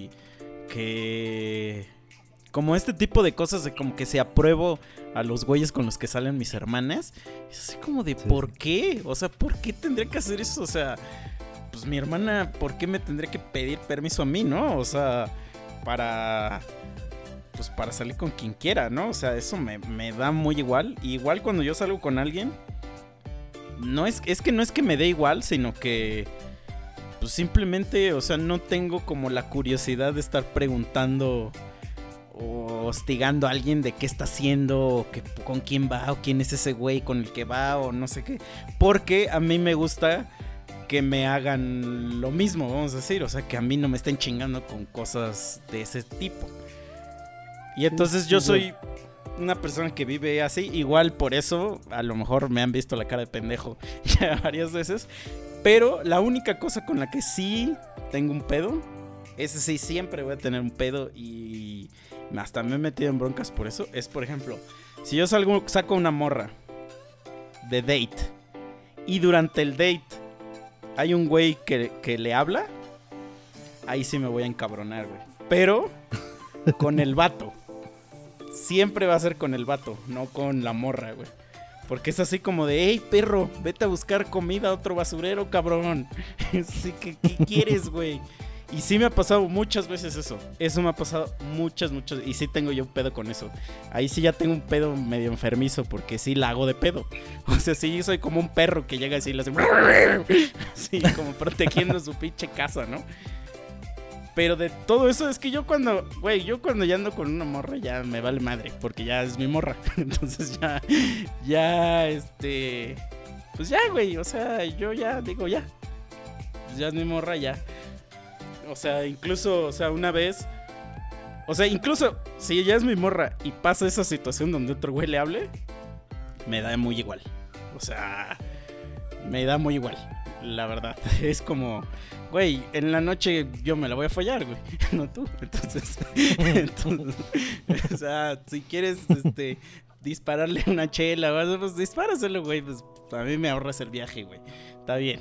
Speaker 2: como este tipo de cosas de como que si apruebo a los güeyes con los que salen mis hermanas, es así como de, sí. ¿Por qué? O sea, ¿por qué tendría que hacer eso? O sea, pues mi hermana, ¿por qué me tendría que pedir permiso a mí, no? O sea, para salir con quien quiera, ¿no? O sea, eso me da muy igual. Y igual cuando yo salgo con alguien, es que me dé igual, sino que pues simplemente, o sea, no tengo como la curiosidad de estar preguntando o hostigando a alguien de qué está haciendo, o con quién va, o quién es ese güey con el que va, o no sé qué. Porque a mí me gusta que me hagan lo mismo, vamos a decir. O sea, que a mí no me estén chingando con cosas de ese tipo. Y entonces yo soy una persona que vive así. Igual por eso, a lo mejor me han visto la cara de pendejo ya varias veces. Pero la única cosa con la que sí tengo un pedo, ese sí siempre voy a tener un pedo y hasta me he metido en broncas por eso, es por ejemplo, si yo saco una morra de date y durante el date hay un güey que le habla, ahí sí me voy a encabronar, güey. Pero con el vato. Siempre va a ser con el vato, no con la morra, güey. Porque es así como de, hey, perro, vete a buscar comida a otro basurero, cabrón. Así que, ¿qué quieres, güey? Y sí me ha pasado muchas veces eso. Eso me ha pasado muchas. Y sí tengo yo un pedo con eso. Ahí sí ya tengo un pedo medio enfermizo, porque sí la hago de pedo. O sea, sí soy como un perro que llega así y le hace... Sí, como protegiendo su pinche casa, ¿no? Pero de todo eso es que yo cuando ya ando con una morra ya me vale madre, porque ya es mi morra. Entonces pues ya, güey, o sea, yo ya digo ya. Pues ya es mi morra, ya. O sea, incluso, o sea, una vez, o sea, incluso si ya es mi morra y pasa esa situación donde otro güey le hable, me da muy igual. O sea, me da muy igual, la verdad. Es como... Güey, en la noche yo me la voy a follar, güey. No tú. Entonces, o sea, si quieres dispararle una chela, pues dispáraselo, güey. Pues a mí me ahorras el viaje, güey. Está bien.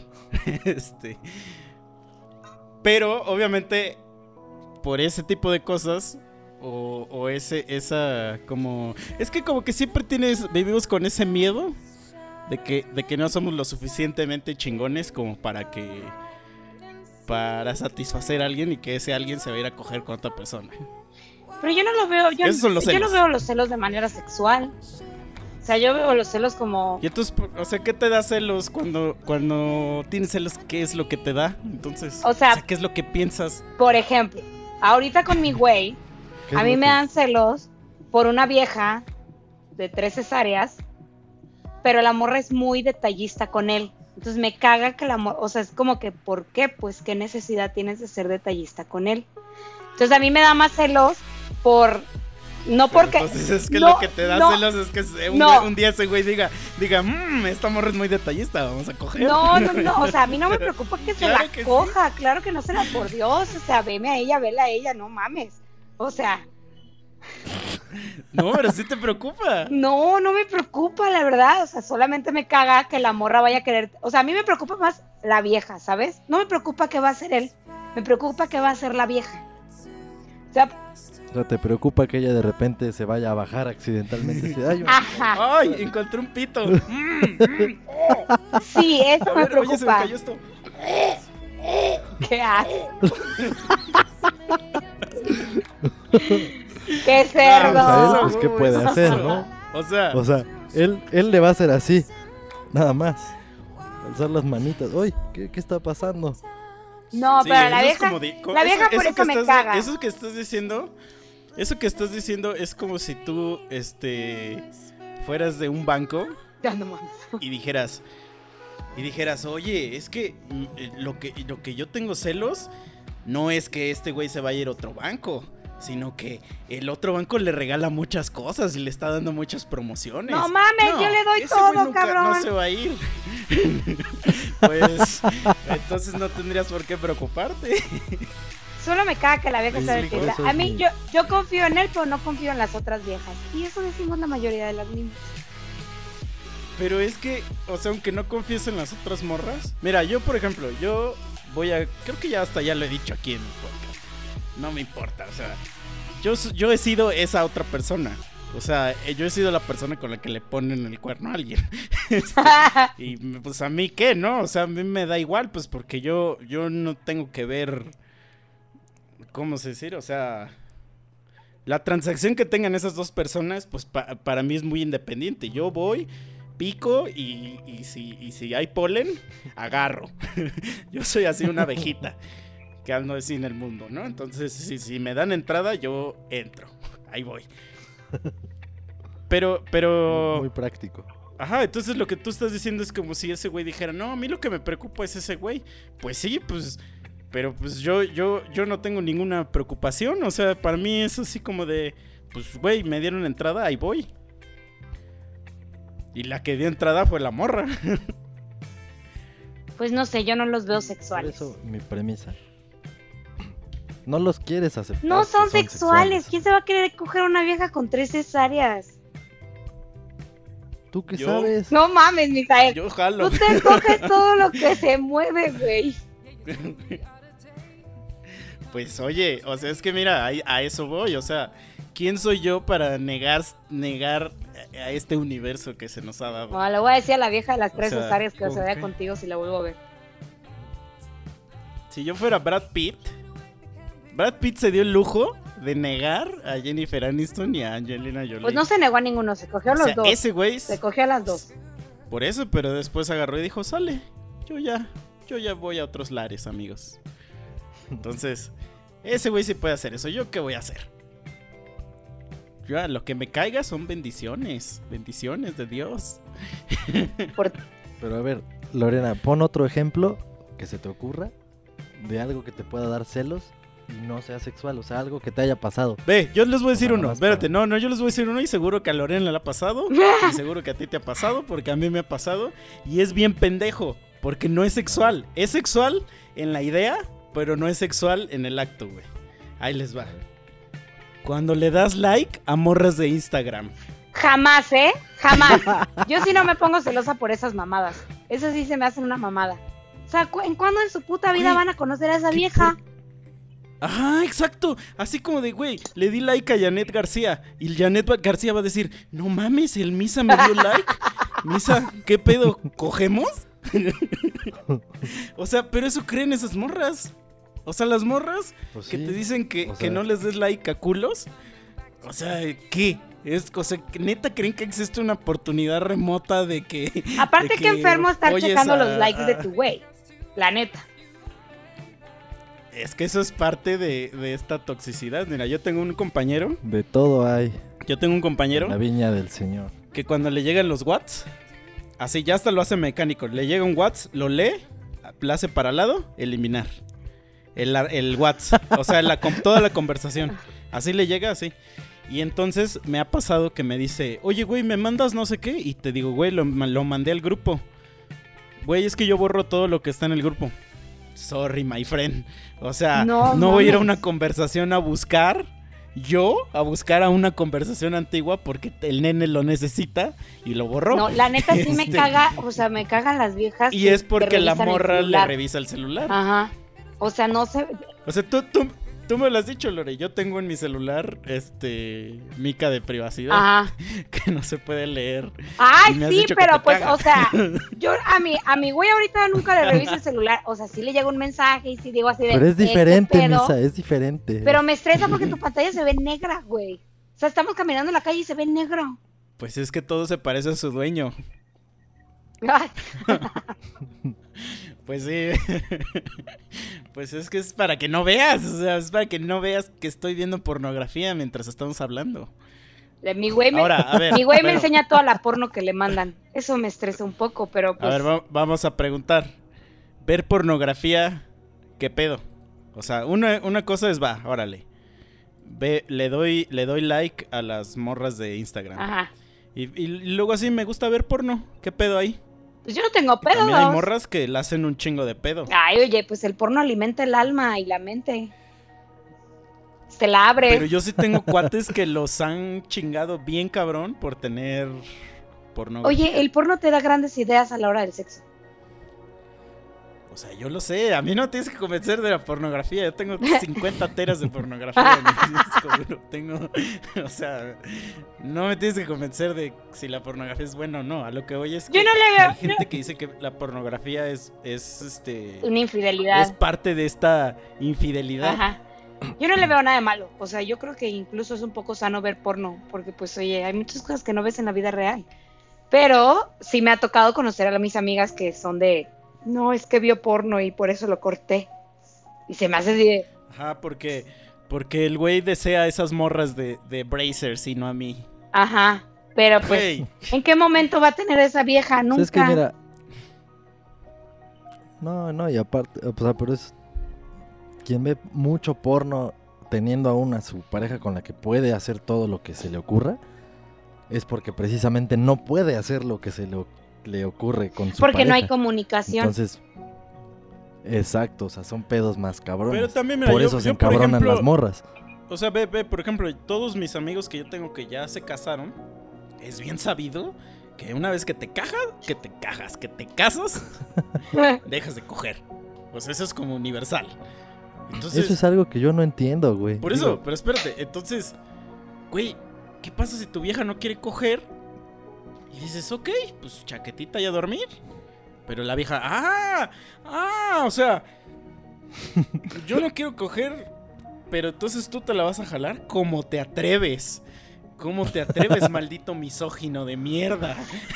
Speaker 2: Pero, obviamente, por ese tipo de cosas, o esa como... Es que como que siempre vivimos con ese miedo de que no somos lo suficientemente chingones como para satisfacer a alguien y que ese alguien se va a ir a coger con otra persona.
Speaker 3: Pero yo no lo veo, yo no veo los celos de manera sexual. O sea, yo veo los celos como...
Speaker 2: Y entonces, o sea, ¿qué te da celos cuando tienes celos? ¿Qué es lo que te da? Entonces, o sea, ¿qué es lo que piensas?
Speaker 3: Por ejemplo, ahorita con mi güey, a mí me dan celos por una vieja de 3 cesáreas pero la morra es muy detallista con él. Entonces me caga que la morra, o sea, es como que, ¿por qué? Pues, ¿qué necesidad tienes de ser detallista con él? Entonces a mí me da más celos no
Speaker 2: Pero
Speaker 3: porque...
Speaker 2: entonces es que
Speaker 3: no,
Speaker 2: lo que te da
Speaker 3: no,
Speaker 2: celos es que un día ese güey diga, esta morra es muy detallista, vamos a coger.
Speaker 3: No, o sea, a mí no me preocupa que se
Speaker 2: Claro
Speaker 3: la
Speaker 2: que
Speaker 3: coja, claro que no se la, por Dios, o sea, veme a ella, vela a ella, no mames, o sea...
Speaker 2: No, pero sí te preocupa.
Speaker 3: No me preocupa, la verdad, o sea, solamente me caga que la morra vaya a querer, o sea, a mí me preocupa más la vieja, ¿sabes? No me preocupa qué va a hacer él, me preocupa qué va a hacer la vieja. O sea,
Speaker 4: ¿te preocupa que ella de repente se vaya a bajar accidentalmente?
Speaker 3: ajá.
Speaker 2: Ay, encontré un pito.
Speaker 3: Sí, eso me preocupa.
Speaker 2: Oye, se me cayó esto.
Speaker 3: ¿Qué haces? ¡Qué cerdo!
Speaker 4: O sea, pues, ¿qué puede hacer, no?
Speaker 2: O sea,
Speaker 4: él le va a hacer así, nada más. Alzar las manitas. Uy, ¿qué está pasando?
Speaker 3: No,
Speaker 2: sí,
Speaker 3: pero la
Speaker 2: eso es
Speaker 3: vieja,
Speaker 2: como
Speaker 3: la vieja por eso me caga.
Speaker 2: Eso que estás diciendo es como si tú, fueras de un banco
Speaker 3: Ya no mames.
Speaker 2: y dijeras, oye, es que lo que yo tengo celos no es que este güey se vaya a ir a otro banco, sino que el otro banco le regala muchas cosas y le está dando muchas promociones.
Speaker 3: No mames, yo le doy
Speaker 2: ese
Speaker 3: todo,
Speaker 2: güey nunca,
Speaker 3: cabrón.
Speaker 2: No se va a ir. Pues entonces no tendrías por qué preocuparte.
Speaker 3: Solo me caga que la vieja sea
Speaker 2: Sí,
Speaker 3: detallista. A mí, yo confío en él, pero no confío en las otras viejas. Y eso decimos la mayoría de las niñas.
Speaker 2: Pero es que, o sea, aunque no confíes en las otras morras. Mira, yo por ejemplo, creo que ya hasta ya lo he dicho aquí en el podcast. No me importa, o sea, yo he sido esa otra persona. O sea, yo he sido la persona con la que le ponen el cuerno a alguien. Y pues a mí qué, ¿no? O sea, a mí me da igual, pues porque yo no tengo que ver, ¿cómo se decir? O sea, la transacción que tengan esas dos personas, pues para mí es muy independiente. Yo voy, pico y si hay polen, agarro. Yo soy así una abejita que ando así en el mundo, ¿no? Entonces, si me dan entrada, yo entro. Ahí voy. Pero...
Speaker 4: Muy práctico.
Speaker 2: Ajá, entonces lo que tú estás diciendo es como si ese güey dijera, no, a mí lo que me preocupa es ese güey. Pues sí, pues... Pero pues yo no tengo ninguna preocupación. O sea, para mí es así como de... Pues güey, me dieron entrada, ahí voy. Y la que dio entrada fue la morra.
Speaker 3: Pues no sé, yo no los veo sexuales.
Speaker 4: Por eso mi premisa. No los quieres aceptar.
Speaker 3: No son
Speaker 4: que
Speaker 3: sexuales. ¿Quién se va a querer coger a una vieja con 3 cesáreas?
Speaker 4: ¿Tú qué
Speaker 2: Yo-
Speaker 4: sabes?
Speaker 3: No mames, Misael.
Speaker 2: Yo jalo.
Speaker 3: Tú te coges todo lo que se mueve, güey.
Speaker 2: Pues oye, o sea, es que mira, a eso voy, o sea, ¿quién soy yo para negar a este universo que se nos ha dado?
Speaker 3: No, le voy a decir a la vieja de las 3
Speaker 2: sea,
Speaker 3: cesáreas que
Speaker 2: ¿con
Speaker 3: se vaya
Speaker 2: qué?
Speaker 3: contigo si la vuelvo a ver.
Speaker 2: Si yo fuera Brad Pitt se dio el lujo de negar a Jennifer Aniston y a Angelina Jolie.
Speaker 3: Pues no se negó a ninguno, se cogió a
Speaker 2: O
Speaker 3: los
Speaker 2: sea,
Speaker 3: dos.
Speaker 2: ese güey,
Speaker 3: Se cogió a las dos.
Speaker 2: por eso, pero después agarró y dijo, sale, yo ya voy a otros lares, amigos. Entonces, ese güey sí puede hacer eso, ¿yo qué voy a hacer? Yo, lo que me caiga son bendiciones de Dios.
Speaker 4: Pero a ver, Lorena, pon otro ejemplo que se te ocurra de algo que te pueda dar celos y no sea sexual, o sea, algo que te haya pasado.
Speaker 2: Ve, yo les voy a decir
Speaker 4: O sea,
Speaker 2: uno,
Speaker 4: nada más
Speaker 2: espérate,
Speaker 4: para-
Speaker 2: no, yo les voy a decir uno y seguro que a Lorena le ha pasado y seguro que a ti te ha pasado porque a mí me ha pasado y es bien pendejo porque no es sexual, es sexual en la idea, pero no es sexual en el acto, güey. Ahí les va. Cuando le das like a morras de Instagram.
Speaker 3: Jamás, ¿eh? Jamás. Yo sí no me pongo celosa por esas mamadas. Esas sí se me hacen una mamada. O sea, ¿en cuándo en su puta vida
Speaker 2: Güey,
Speaker 3: van a conocer a esa
Speaker 2: ¿qué
Speaker 3: vieja?
Speaker 2: Ajá, exacto. Así como de, güey, le di like a Janet García. Y Janet García va a decir, no mames, el Misa me dio like. Misa, ¿qué pedo? ¿Cogemos? O sea, pero eso creen esas morras. O sea, las morras
Speaker 4: Pues
Speaker 2: que
Speaker 4: sí,
Speaker 2: te dicen que
Speaker 4: o sea-
Speaker 2: no les des like a culos. O sea, ¿qué? O sea, ¿neta creen que existe una oportunidad remota de que...
Speaker 3: Aparte
Speaker 2: de
Speaker 3: que enfermo estar
Speaker 2: oyes
Speaker 3: checando
Speaker 2: a-
Speaker 3: los likes de tu güey. La neta.
Speaker 2: Es que eso es parte de esta toxicidad. Mira, yo tengo un compañero.
Speaker 4: De todo hay
Speaker 2: Yo tengo un compañero
Speaker 4: en la viña del Señor.
Speaker 2: que cuando le llegan los Whats, Así, ya hasta lo hace mecánico. Le llega un WhatsApp, lo lee, la hace para al lado, eliminar. El WhatsApp, o sea, toda la conversación. Así le llega, así. Y entonces me ha pasado que me dice, oye, güey, ¿me mandas no sé qué? Y te digo, güey, lo mandé al grupo. Güey, es que yo borro todo lo que está en el grupo. Sorry, my friend. O sea, no voy a ir a una conversación a buscar a una conversación antigua porque el nene lo necesita y lo borró.
Speaker 3: No, la neta sí me caga, o sea, me cagan las viejas.
Speaker 2: Y es porque la morra le revisa el celular.
Speaker 3: Ajá. O sea, no sé.
Speaker 2: O sea, tú me lo has dicho, Lore. Yo tengo en mi celular, mica de privacidad.
Speaker 3: Ajá.
Speaker 2: Que no se puede leer.
Speaker 3: Ay, sí, pero pues, caga. O sea, yo a mi güey ahorita nunca le reviso el celular. O sea, sí le llega un mensaje y sí digo así de...
Speaker 4: Pero es diferente, Misa, es diferente.
Speaker 3: Pero me estresa porque tu pantalla se ve negra, güey. O sea, estamos caminando en la calle y se ve negro.
Speaker 2: Pues es que todo se parece a su dueño. Pues sí. Pues es que es para que no veas. O sea, es para que no veas que estoy viendo pornografía mientras estamos hablando.
Speaker 3: Mi güey me enseña toda la porno que le mandan. Eso me estresa un poco, pero pues...
Speaker 2: A ver, vamos a preguntar. Ver pornografía, ¿qué pedo? O sea, una cosa es, órale. Le doy like a las morras de Instagram.
Speaker 3: Ajá.
Speaker 2: Y luego así me gusta ver porno. ¿Qué pedo ahí?
Speaker 3: Pues yo no tengo pedo.
Speaker 2: También hay morras que le hacen un chingo de pedo.
Speaker 3: Ay, oye, pues el porno alimenta el alma y la mente. Se la abre.
Speaker 2: Pero yo sí tengo cuates que los han chingado bien cabrón por tener porno.
Speaker 3: Oye, el porno te da grandes ideas a la hora del sexo.
Speaker 2: O sea, yo lo sé, a mí no tienes que convencer de la pornografía. Yo tengo 50 teras de pornografía en mi disco. O sea, no me tienes que convencer de si la pornografía es buena o no. A lo que voy es que hay gente que dice que la pornografía es
Speaker 3: una infidelidad.
Speaker 2: Es parte de esta infidelidad.
Speaker 3: Ajá. Yo no le veo nada de malo. O sea, yo creo que incluso es un poco sano ver porno. Porque pues, oye, hay muchas cosas que no ves en la vida real. Pero sí me ha tocado conocer a mis amigas que son de... No, es que vio porno y por eso lo corté. Y se me hace así de...
Speaker 2: Ajá, porque el güey desea esas morras de Brazers y no a mí.
Speaker 3: Ajá, pero pues, wey, ¿en qué momento va a tener esa vieja? Nunca.
Speaker 4: Es que mira... No, y aparte, o sea, pero es... Quien ve mucho porno teniendo aún a su pareja con la que puede hacer todo lo que se le ocurra, es porque precisamente no puede hacer lo que se le ocurre con su
Speaker 3: porque
Speaker 4: pareja.
Speaker 3: No hay comunicación.
Speaker 4: Entonces, exacto, o sea, son pedos más cabrones.
Speaker 2: Pero también, mira,
Speaker 4: por eso se encabronan, por ejemplo, las morras.
Speaker 2: O sea, ve, por ejemplo, todos mis amigos que yo tengo que ya se casaron, es bien sabido que una vez que te casas, dejas de coger. Pues eso es como universal. Entonces,
Speaker 4: eso es algo que yo no entiendo, güey.
Speaker 2: Por eso, pero espérate, entonces, güey, ¿qué pasa si tu vieja no quiere coger? Y dices, ok, pues chaquetita y a dormir. Pero la vieja, o sea, yo no quiero coger, pero entonces tú te la vas a jalar. ¿Cómo te atreves? ¿Cómo te atreves, maldito misógino de mierda?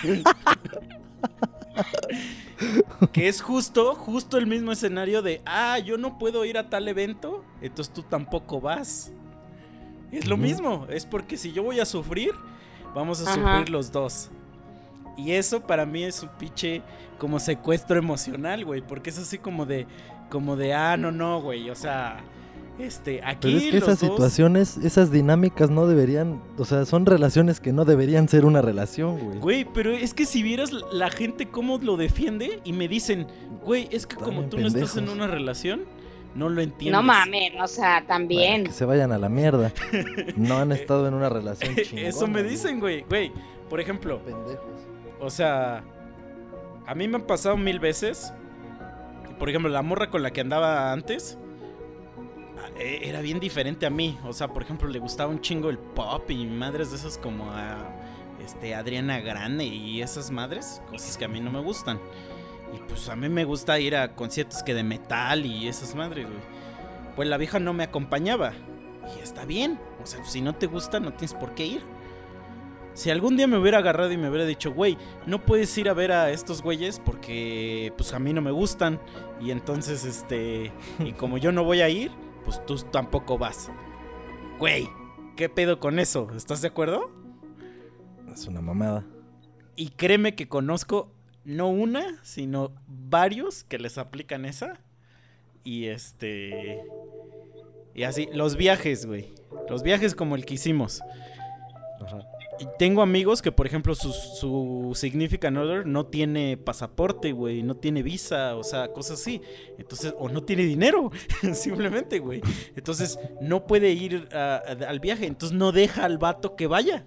Speaker 2: Que es justo el mismo escenario de, yo no puedo ir a tal evento, entonces tú tampoco vas. Es lo mismo, es porque si yo voy a sufrir, vamos a sufrir los dos. Y eso para mí es un pinche como secuestro emocional, güey, porque es así como de, no, güey, o sea, aquí
Speaker 4: pero es que esas situaciones, esas dinámicas no deberían, o sea, son relaciones que no deberían ser una relación, güey.
Speaker 2: Güey, pero es que si vieras la gente cómo lo defiende y me dicen, güey, es que como tú no estás en una relación, no lo entiendes.
Speaker 3: No mames, o sea, también.
Speaker 4: Bueno, que se vayan a la mierda. No han estado en una relación chingona.
Speaker 2: Eso me dicen, güey, por ejemplo.
Speaker 4: Pendejos.
Speaker 2: O sea, a mí me han pasado 1000 veces. Por ejemplo, la morra con la que andaba antes era bien diferente a mí. O sea, por ejemplo, le gustaba un chingo el pop y madres de esas como a Adriana Grande y esas madres, cosas que a mí no me gustan. Y pues a mí me gusta ir a conciertos que de metal y esas madres, güey. Pues la vieja no me acompañaba. Y está bien. O sea, si no te gusta, no tienes por qué ir. Si algún día me hubiera agarrado y me hubiera dicho, güey, no puedes ir a ver a estos güeyes porque pues a mí no me gustan. Y entonces, y como yo no voy a ir, pues tú tampoco vas. Güey, ¿qué pedo con eso? ¿Estás de acuerdo?
Speaker 4: Es una mamada.
Speaker 2: Y créeme que conozco no una, sino varios que les aplican esa. Y y así, los viajes, güey. Los viajes como el que hicimos.
Speaker 4: Ajá.
Speaker 2: Y tengo amigos que, por ejemplo, su significant other no tiene pasaporte, güey, no tiene visa, o sea, cosas así. Entonces, o no tiene dinero, simplemente, güey. Entonces, no puede ir al viaje, entonces no deja al vato que vaya.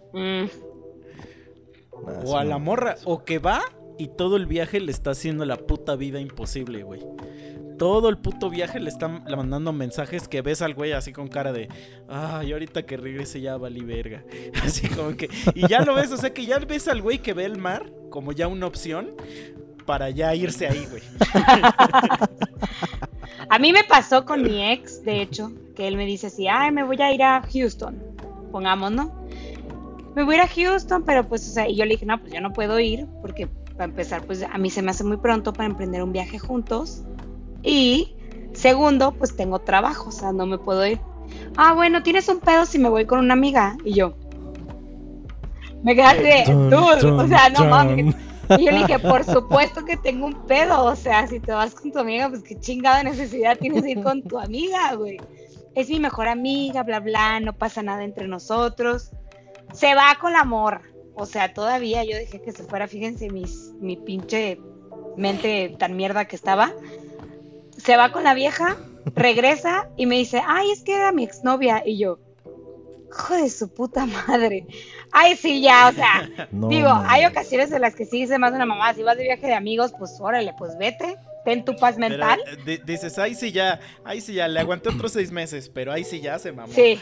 Speaker 2: O a la morra, o que va y todo el viaje le está haciendo la puta vida imposible, güey. Todo el puto viaje le están mandando mensajes que ves al güey así con cara de ay, ahorita que regrese ya valí verga. Así como que, y ya lo ves, o sea que ya ves al güey que ve el mar como ya una opción para ya irse ahí, güey.
Speaker 3: A mí me pasó con mi ex, de hecho, que él me dice así, ay, me voy a ir a Houston, pongamos, ¿no? Me voy a ir a Houston, pero pues, o sea, y yo le dije, no, pues yo no puedo ir, porque para empezar, pues a mí se me hace muy pronto para emprender un viaje juntos. Y segundo, pues tengo trabajo, o sea, no me puedo ir. Ah, bueno, ¿tienes un pedo si me voy con una amiga? Y yo, me quedé de, dude, o sea, no mames. Y yo le dije, por supuesto que tengo un pedo, o sea, si te vas con tu amiga, pues qué chingada necesidad tienes de ir con tu amiga, güey. Es mi mejor amiga, bla, bla, no pasa nada entre nosotros. Se va con la morra, o sea, todavía yo dejé que se fuera, fíjense mi pinche mente tan mierda que estaba. Se va con la vieja, regresa y me dice, ay, es que era mi exnovia. Y yo, hijo de su puta madre. Ay, sí, ya, o sea, no, digo, no. Hay ocasiones en las que sí se me hace una mamá. Si vas de viaje de amigos, pues órale, pues vete, ten tu paz mental.
Speaker 2: Pero, dices, ay, sí, ya, le aguanté otros 6 meses, pero ay, sí, ya se mamó.
Speaker 3: Sí.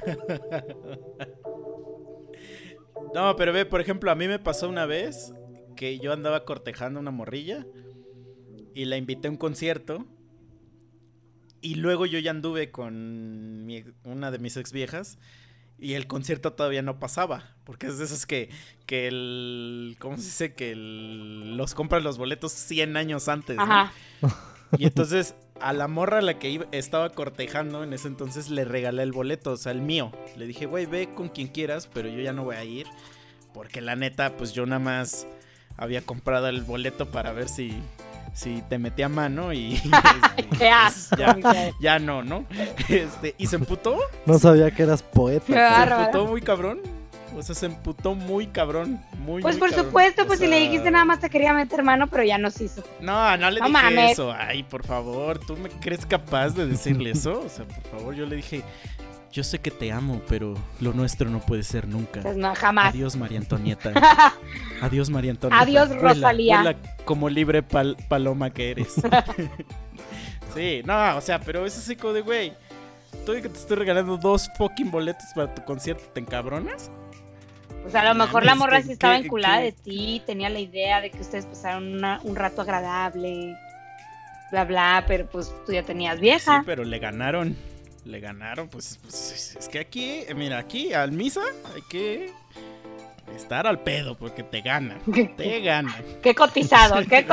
Speaker 2: No, pero ve, por ejemplo, a mí me pasó una vez que yo andaba cortejando a una morrilla y la invité a un concierto. Y luego yo ya anduve con una de mis ex viejas y el concierto todavía no pasaba. Porque es de esos que ¿cómo se dice? Que los compran los boletos 100 años antes, ¿no? Ajá. Y entonces a la morra a la que estaba cortejando en ese entonces le regalé el boleto, o sea, el mío. Le dije, güey, ve con quien quieras, pero yo ya no voy a ir. Porque la neta, pues yo nada más había comprado el boleto para ver si te metía mano y
Speaker 3: pues,
Speaker 2: ya no. Y se emputó.
Speaker 4: No sabía que eras poeta.
Speaker 2: Se emputó muy cabrón. O sea, se emputó muy cabrón.
Speaker 3: Pues por
Speaker 2: cabrón.
Speaker 3: Supuesto, pues o sea, si le dijiste nada más te quería meter mano, pero ya no se hizo.
Speaker 2: No le dije mames. Eso. Ay, por favor, ¿tú me crees capaz de decirle eso? O sea, por favor, yo le dije, yo sé que te amo, pero lo nuestro no puede ser nunca.
Speaker 3: Pues no, jamás.
Speaker 2: Adiós, María Antonieta. Adiós, María Antonieta.
Speaker 3: Adiós, Rosalía.
Speaker 2: Vuela como libre paloma que eres. Sí, no, o sea, pero es así como de, güey, tú que te estoy regalando 2 fucking boletos para tu concierto, ¿te encabronas?
Speaker 3: Pues a lo mejor la morra sí estaba enculada de ti, tenía la idea de que ustedes pasaron un rato agradable, bla, bla, pero pues tú ya tenías vieja.
Speaker 2: Sí, pero le ganaron, pues es que aquí, mira, aquí al Misa hay que estar al pedo porque te ganan.
Speaker 3: Qué cotizado.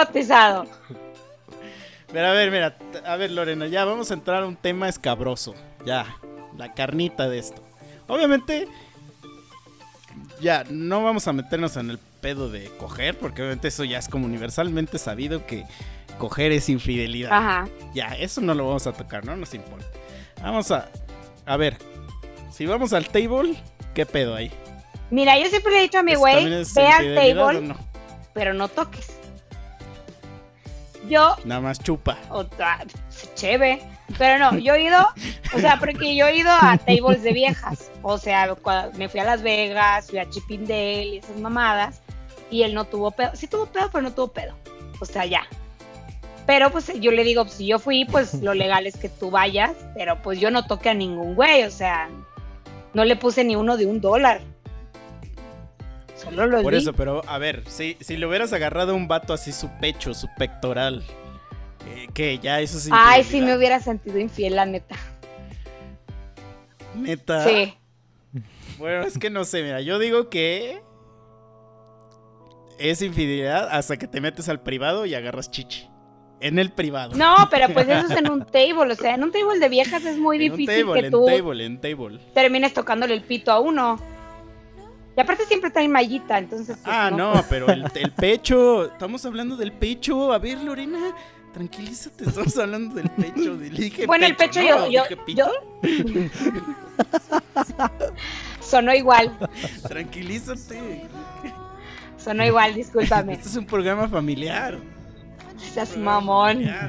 Speaker 2: Pero a ver, Lorena, ya vamos a entrar a un tema escabroso, ya, la carnita de esto. Obviamente, ya, no vamos a meternos en el pedo de coger, porque obviamente eso ya es como universalmente sabido que coger es infidelidad.
Speaker 3: Ajá.
Speaker 2: Ya, eso no lo vamos a tocar, no nos importa. Vamos a ver, si vamos al table, ¿qué pedo hay?
Speaker 3: Mira, yo siempre le he dicho a mi güey, ve al table, no? Pero no toques. Yo...
Speaker 2: Nada más chupa.
Speaker 3: Chévere. Pero no, yo he ido, o sea, porque yo he ido a tables de viejas. O sea, me fui a Las Vegas, fui a Chippendale y esas mamadas. Y él no tuvo pedo. Sí tuvo pedo, pero no tuvo pedo. O sea, ya. Pero pues yo le digo, si yo fui, pues lo legal es que tú vayas. Pero pues yo no toqué a ningún güey. O sea, no le puse ni uno de $1. Solo lo
Speaker 2: Por
Speaker 3: di.
Speaker 2: eso, pero a ver, si le hubieras agarrado a un vato así su pecho, su pectoral, que ya eso sí.
Speaker 3: Ay, sí me hubiera sentido infiel, la neta.
Speaker 2: ¿Neta?
Speaker 3: Sí.
Speaker 2: Bueno, es que no sé, mira, yo digo que es infidelidad hasta que te metes al privado y agarras chichi. En el privado.
Speaker 3: No, pero pues eso es en un table, o sea, en un table de viejas es muy difícil que tú
Speaker 2: en table.
Speaker 3: termines tocándole el pito a uno. Y aparte siempre traen mallita, entonces... pues,
Speaker 2: no, pero el pecho, estamos hablando del pecho. A ver, Lorena, tranquilízate, estamos hablando del pecho. Dije
Speaker 3: bueno, el pecho yo... Sonó igual.
Speaker 2: Tranquilízate.
Speaker 3: Sonó igual, discúlpame.
Speaker 2: Este es un programa familiar.
Speaker 3: Seas mamón.
Speaker 2: Familiar.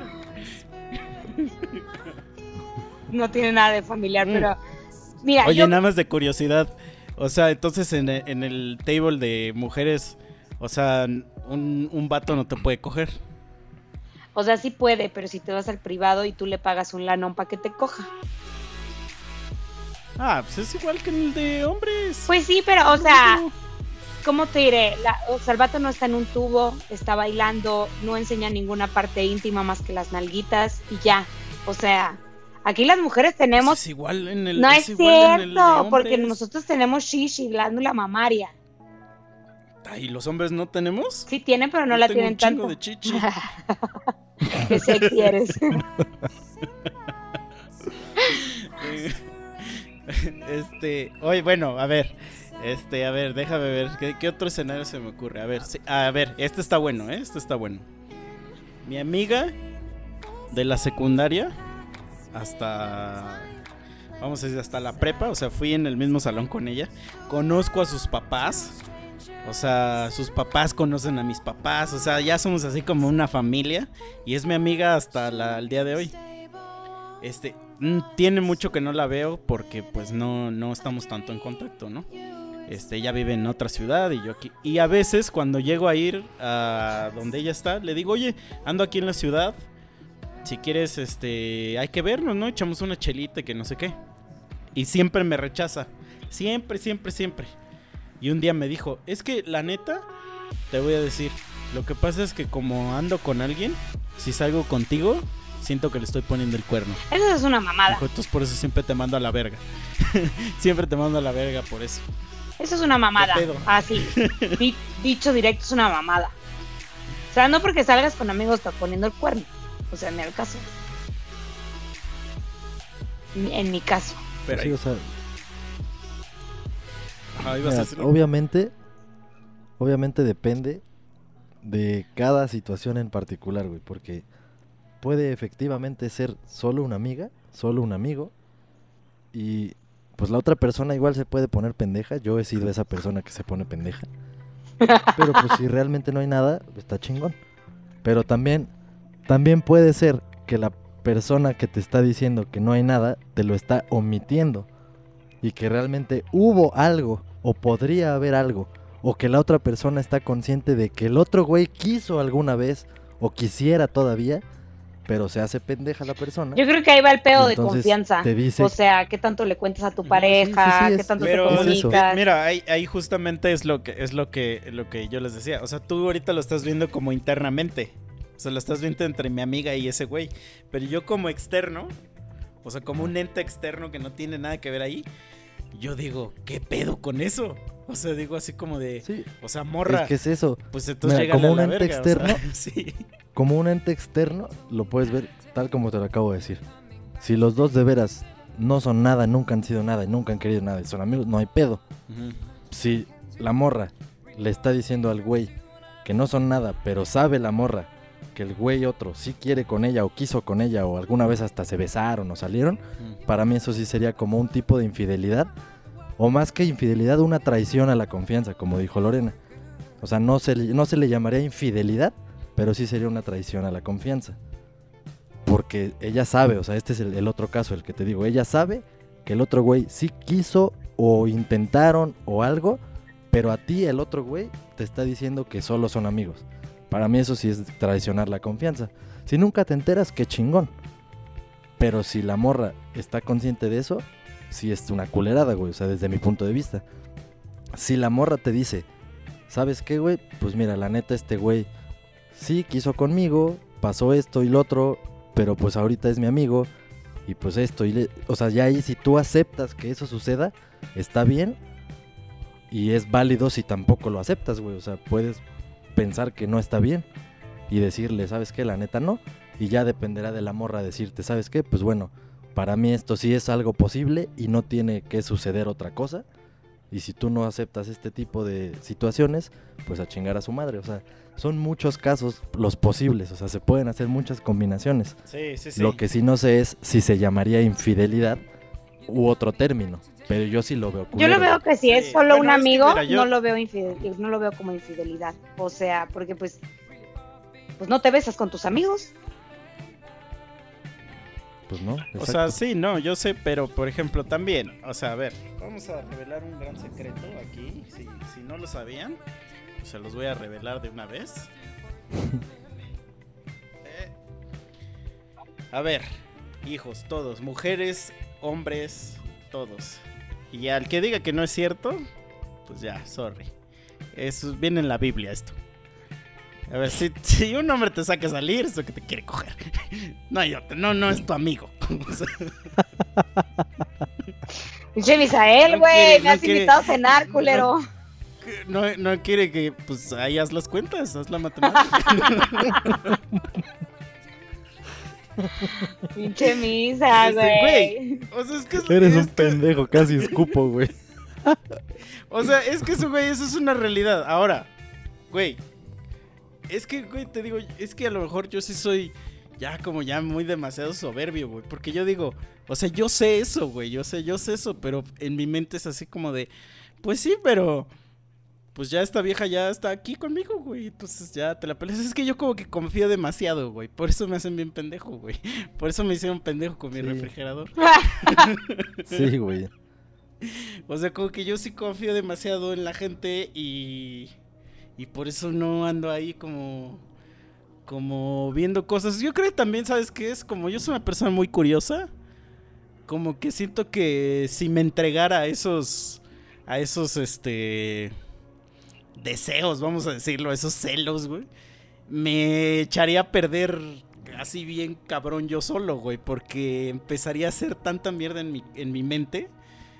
Speaker 3: No tiene nada de familiar, pero... Mira,
Speaker 2: Oye, nada más de curiosidad. O sea, entonces en el table de mujeres, o sea, un vato no te puede coger.
Speaker 3: O sea, sí puede, pero si te vas al privado y tú le pagas un lanón para que te coja.
Speaker 2: Pues es igual que en el de hombres.
Speaker 3: Pues sí, pero, o sea, ¿cómo te diré? O sea, el vato no está en un tubo, está bailando, no enseña ninguna parte íntima más que las nalguitas y ya. O sea, aquí las mujeres tenemos...
Speaker 2: Es igual en el...
Speaker 3: No es
Speaker 2: igual en el de
Speaker 3: cierto,
Speaker 2: hombres.
Speaker 3: porque nosotros tenemos shishi, glándula mamaria.
Speaker 2: ¿Y los hombres no tenemos?
Speaker 3: Sí tienen, pero no la
Speaker 2: tengo
Speaker 3: tienen
Speaker 2: un chingo
Speaker 3: tanto.
Speaker 2: de chichi.
Speaker 3: Que sexy eres.
Speaker 2: Oye, bueno, a ver, déjame ver, ¿qué otro escenario se me ocurre? A ver, este está bueno, este está bueno. Mi amiga de la secundaria hasta, vamos a decir, hasta la prepa, o sea, fui en el mismo salón con ella, conozco a sus papás, o sea, sus papás conocen a mis papás, o sea, ya somos así como una familia, y es mi amiga hasta el día de hoy. Tiene mucho que no la veo porque pues no estamos tanto en contacto, ¿no? Ella vive en otra ciudad y yo aquí. Y a veces cuando llego a ir a donde ella está, le digo, oye, ando aquí en la ciudad, si quieres, hay que vernos, ¿no? Echamos una chelita que no sé qué. Y siempre me rechaza, siempre. Y un día me dijo, es que la neta, te voy a decir, lo que pasa es que como ando con alguien, si salgo contigo... siento que le estoy poniendo el cuerno.
Speaker 3: Eso es una mamada.
Speaker 2: Dijo, entonces por eso siempre te mando a la verga. Siempre te mando a la verga por eso.
Speaker 3: Eso es una mamada. Así. Dicho directo, es una mamada. O sea, no porque salgas con amigos te poniendo el cuerno. O sea, en el caso. En mi caso.
Speaker 2: Pero
Speaker 4: sí,
Speaker 2: ahí...
Speaker 4: o sea,
Speaker 2: ibas a
Speaker 4: mira,
Speaker 2: decirlo.
Speaker 4: obviamente depende de cada situación en particular, güey, porque puede efectivamente ser solo una amiga, solo un amigo, y pues la otra persona igual se puede poner pendeja. Yo he sido esa persona que se pone pendeja, pero pues si realmente no hay nada, está chingón. Pero también puede ser que la persona que te está diciendo que no hay nada te lo está omitiendo, y que realmente hubo algo, o podría haber algo, o que la otra persona está consciente de que el otro güey quiso alguna vez, o quisiera todavía, pero se hace pendeja la persona.
Speaker 3: Yo creo que ahí va el pedo de
Speaker 4: Entonces,
Speaker 3: confianza.
Speaker 4: te dice...
Speaker 3: O sea, qué tanto le cuentas a tu pareja, qué tanto te comunicas.
Speaker 2: Mira, ahí justamente es lo que yo les decía. O sea, tú ahorita lo estás viendo como internamente. O sea, lo estás viendo entre mi amiga y ese güey. Pero yo como externo, o sea, como un ente externo que no tiene nada que ver ahí, yo digo, ¿qué pedo con eso? O sea, digo así como de,
Speaker 4: sí,
Speaker 2: o sea, morra.
Speaker 4: Es que es eso.
Speaker 2: Pues entonces llega
Speaker 4: como
Speaker 2: a
Speaker 4: un
Speaker 2: la
Speaker 4: ente
Speaker 2: verga,
Speaker 4: externo,
Speaker 2: o sea, sí.
Speaker 4: Como un ente externo, lo puedes ver tal como te lo acabo de decir. Si los dos de veras no son nada, nunca han sido nada y nunca han querido nada y son amigos, no hay pedo. Uh-huh. Si la morra le está diciendo al güey que no son nada, pero sabe la morra que el güey otro sí quiere con ella o quiso con ella o alguna vez hasta se besaron o salieron, para mí eso sí sería como un tipo de infidelidad, o más que infidelidad, una traición a la confianza, como dijo Lorena. O sea, no se le llamaría infidelidad, pero sí sería una traición a la confianza. Porque ella sabe, o sea, este es el otro caso, el que te digo, ella sabe que el otro güey sí quiso o intentaron o algo, pero a ti el otro güey te está diciendo que solo son amigos. Para mí eso sí es traicionar la confianza. Si nunca te enteras, qué chingón. Pero si la morra está consciente de eso, sí es una culerada, güey, o sea, desde mi punto de vista. Si la morra te dice, ¿sabes qué, güey? Pues mira, la neta, este güey sí quiso conmigo, pasó esto y lo otro, pero pues ahorita es mi amigo, y pues esto, o sea, ya ahí si tú aceptas que eso suceda, está bien, y es válido si tampoco lo aceptas, güey, o sea, puedes pensar que no está bien, y decirle, ¿sabes qué? La neta no, y ya dependerá de la morra decirte, ¿sabes qué? Pues bueno, para mí esto sí es algo posible, y no tiene que suceder otra cosa, Y si tú no aceptas este tipo de situaciones, pues a chingar a su madre. O sea, son muchos casos los posibles. O sea, se pueden hacer muchas combinaciones.
Speaker 2: Sí.
Speaker 4: Lo que sí no sé es si se llamaría infidelidad u otro término. Pero yo sí lo veo culero.
Speaker 3: Yo lo veo que si
Speaker 2: Sí,
Speaker 3: es solo
Speaker 2: bueno,
Speaker 3: un
Speaker 2: es que
Speaker 3: amigo,
Speaker 2: mira, yo-
Speaker 3: no lo veo no lo veo como infidelidad. O sea, porque pues no te besas con tus amigos.
Speaker 4: Pues no,
Speaker 2: O sea,
Speaker 4: exacto.
Speaker 2: sí, no, yo sé, pero por ejemplo también, o sea, a ver, vamos a revelar un gran secreto aquí, si no lo sabían, se los voy a revelar de una vez. A ver, hijos, todos, mujeres, hombres, todos. Y al que diga que no es cierto, pues ya, sorry. Eso viene en la Biblia esto. A ver, si un hombre te saca a salir, es que te quiere coger. No hay otro, no es tu amigo. O sea,
Speaker 3: Pinche Misael,
Speaker 2: No
Speaker 3: güey,
Speaker 2: quiere-
Speaker 3: me
Speaker 2: no
Speaker 3: has
Speaker 2: quiere-
Speaker 3: invitado a cenar, culero.
Speaker 2: no quiere que, pues ahí haz las cuentas, haz la matemática.
Speaker 3: Pinche Misa, güey.
Speaker 2: O sea, es que
Speaker 4: Eres un
Speaker 2: es que-
Speaker 4: pendejo, casi escupo, güey.
Speaker 2: O sea, es que eso, güey, eso es una realidad. Ahora, güey, es que, güey, te digo, es que a lo mejor yo sí soy ya como ya muy demasiado soberbio, güey. Porque yo digo, o sea, yo sé eso, güey, yo sé eso, pero en mi mente es así como de, pues sí, pero pues ya esta vieja ya está aquí conmigo, güey. Entonces ya te la peleas. Es que yo como que confío demasiado, güey. Por eso me hacen bien pendejo, güey. Por eso me hicieron pendejo con mi
Speaker 4: Sí.
Speaker 2: refrigerador.
Speaker 4: Sí, güey.
Speaker 2: O sea, como que yo sí confío demasiado en la gente y por eso no ando ahí como viendo cosas. Yo creo que también, ¿sabes qué es? Como yo soy una persona muy curiosa, como que siento que si me entregara a esos deseos, vamos a decirlo, esos celos, güey, me echaría a perder así bien cabrón yo solo, güey, porque empezaría a hacer tanta mierda en mi mente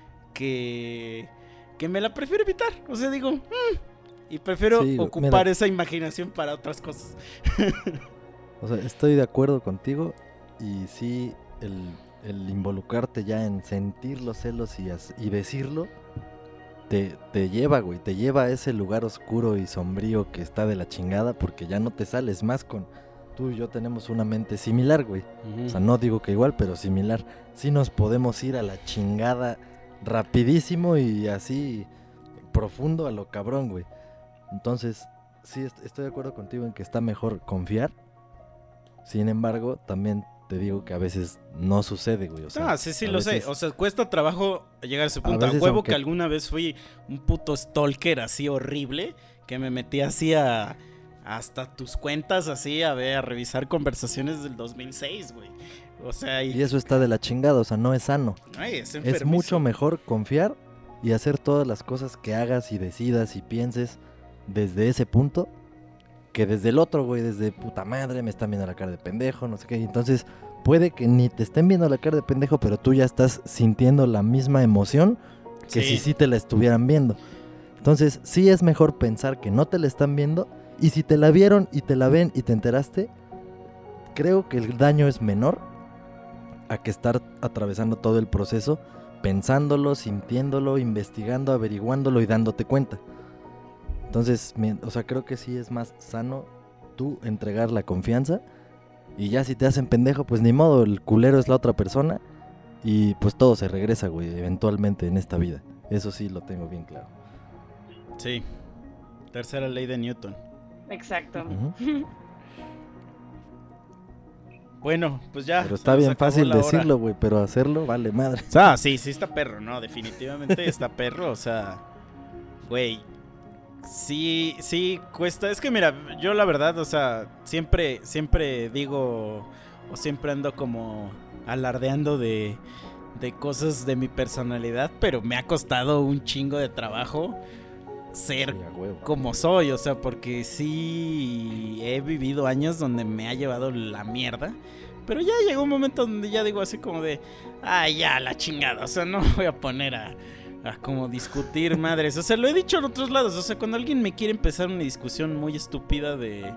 Speaker 2: que me la prefiero evitar. O sea, digo, y prefiero
Speaker 4: Sí,
Speaker 2: ocupar
Speaker 4: mira.
Speaker 2: esa imaginación para otras cosas.
Speaker 4: O sea, estoy de acuerdo contigo y sí, el involucrarte ya en sentir los celos y decirlo, te lleva, güey, te lleva a ese lugar oscuro y sombrío que está de la chingada porque ya no te sales más con... Tú y yo tenemos una mente similar, güey. O sea, no digo que igual, pero similar. Sí nos podemos ir a la chingada rapidísimo y así profundo a lo cabrón, güey. Entonces, sí, estoy de acuerdo contigo en que está mejor confiar. Sin embargo, también te digo que a veces no sucede, güey. O sea,
Speaker 2: sí,
Speaker 4: a
Speaker 2: lo sé.
Speaker 4: veces-
Speaker 2: O sea, cuesta trabajo llegar a ese punto. A
Speaker 4: veces,
Speaker 2: huevo
Speaker 4: aunque-
Speaker 2: que alguna vez fui un puto stalker así horrible, que me metí así hasta tus cuentas así a revisar conversaciones del 2006, güey. O sea,
Speaker 4: Y eso está de la chingada, o sea, no es sano.
Speaker 2: ay, es
Speaker 4: Es
Speaker 2: enfermizo.
Speaker 4: mucho mejor confiar y hacer todas las cosas que hagas y decidas y pienses desde ese punto que desde el otro, güey, desde puta madre, me están viendo la cara de pendejo, no sé qué. Y entonces puede que ni te estén viendo la cara de pendejo, pero tú ya estás sintiendo la misma emoción que
Speaker 2: Sí.
Speaker 4: si te la estuvieran viendo. Entonces sí es mejor pensar que no te la están viendo y si te la vieron y te la ven y te enteraste, creo que el daño es menor a que estar atravesando todo el proceso, pensándolo, sintiéndolo, investigando, averiguándolo y dándote cuenta. Entonces, o sea, creo que sí es más sano tú entregar la confianza y ya si te hacen pendejo, pues ni modo, el culero es la otra persona y pues todo se regresa, güey, eventualmente en esta vida. Eso sí lo tengo bien claro.
Speaker 2: Sí. Tercera ley de Newton.
Speaker 3: Exacto.
Speaker 4: Ujú.
Speaker 2: Bueno, pues ya.
Speaker 4: Pero
Speaker 2: se
Speaker 4: está
Speaker 2: nos
Speaker 4: bien
Speaker 2: acabó
Speaker 4: fácil
Speaker 2: la hora.
Speaker 4: decirlo, güey, pero hacerlo vale madre.
Speaker 2: O sea, sí está perro, ¿no? Definitivamente está perro, o sea, güey, sí cuesta. Es que mira, yo la verdad, o sea, siempre digo, o siempre ando como alardeando de cosas de mi personalidad, pero me ha costado un chingo de trabajo ser
Speaker 4: Sí, a huevo.
Speaker 2: como soy, o sea, porque sí he vivido años donde me ha llevado la mierda, pero ya llegó un momento donde ya digo así como de, ay, ya, la chingada, o sea, no me voy a poner a como discutir madres, o sea, lo he dicho en otros lados, o sea, cuando alguien me quiere empezar una discusión muy estúpida de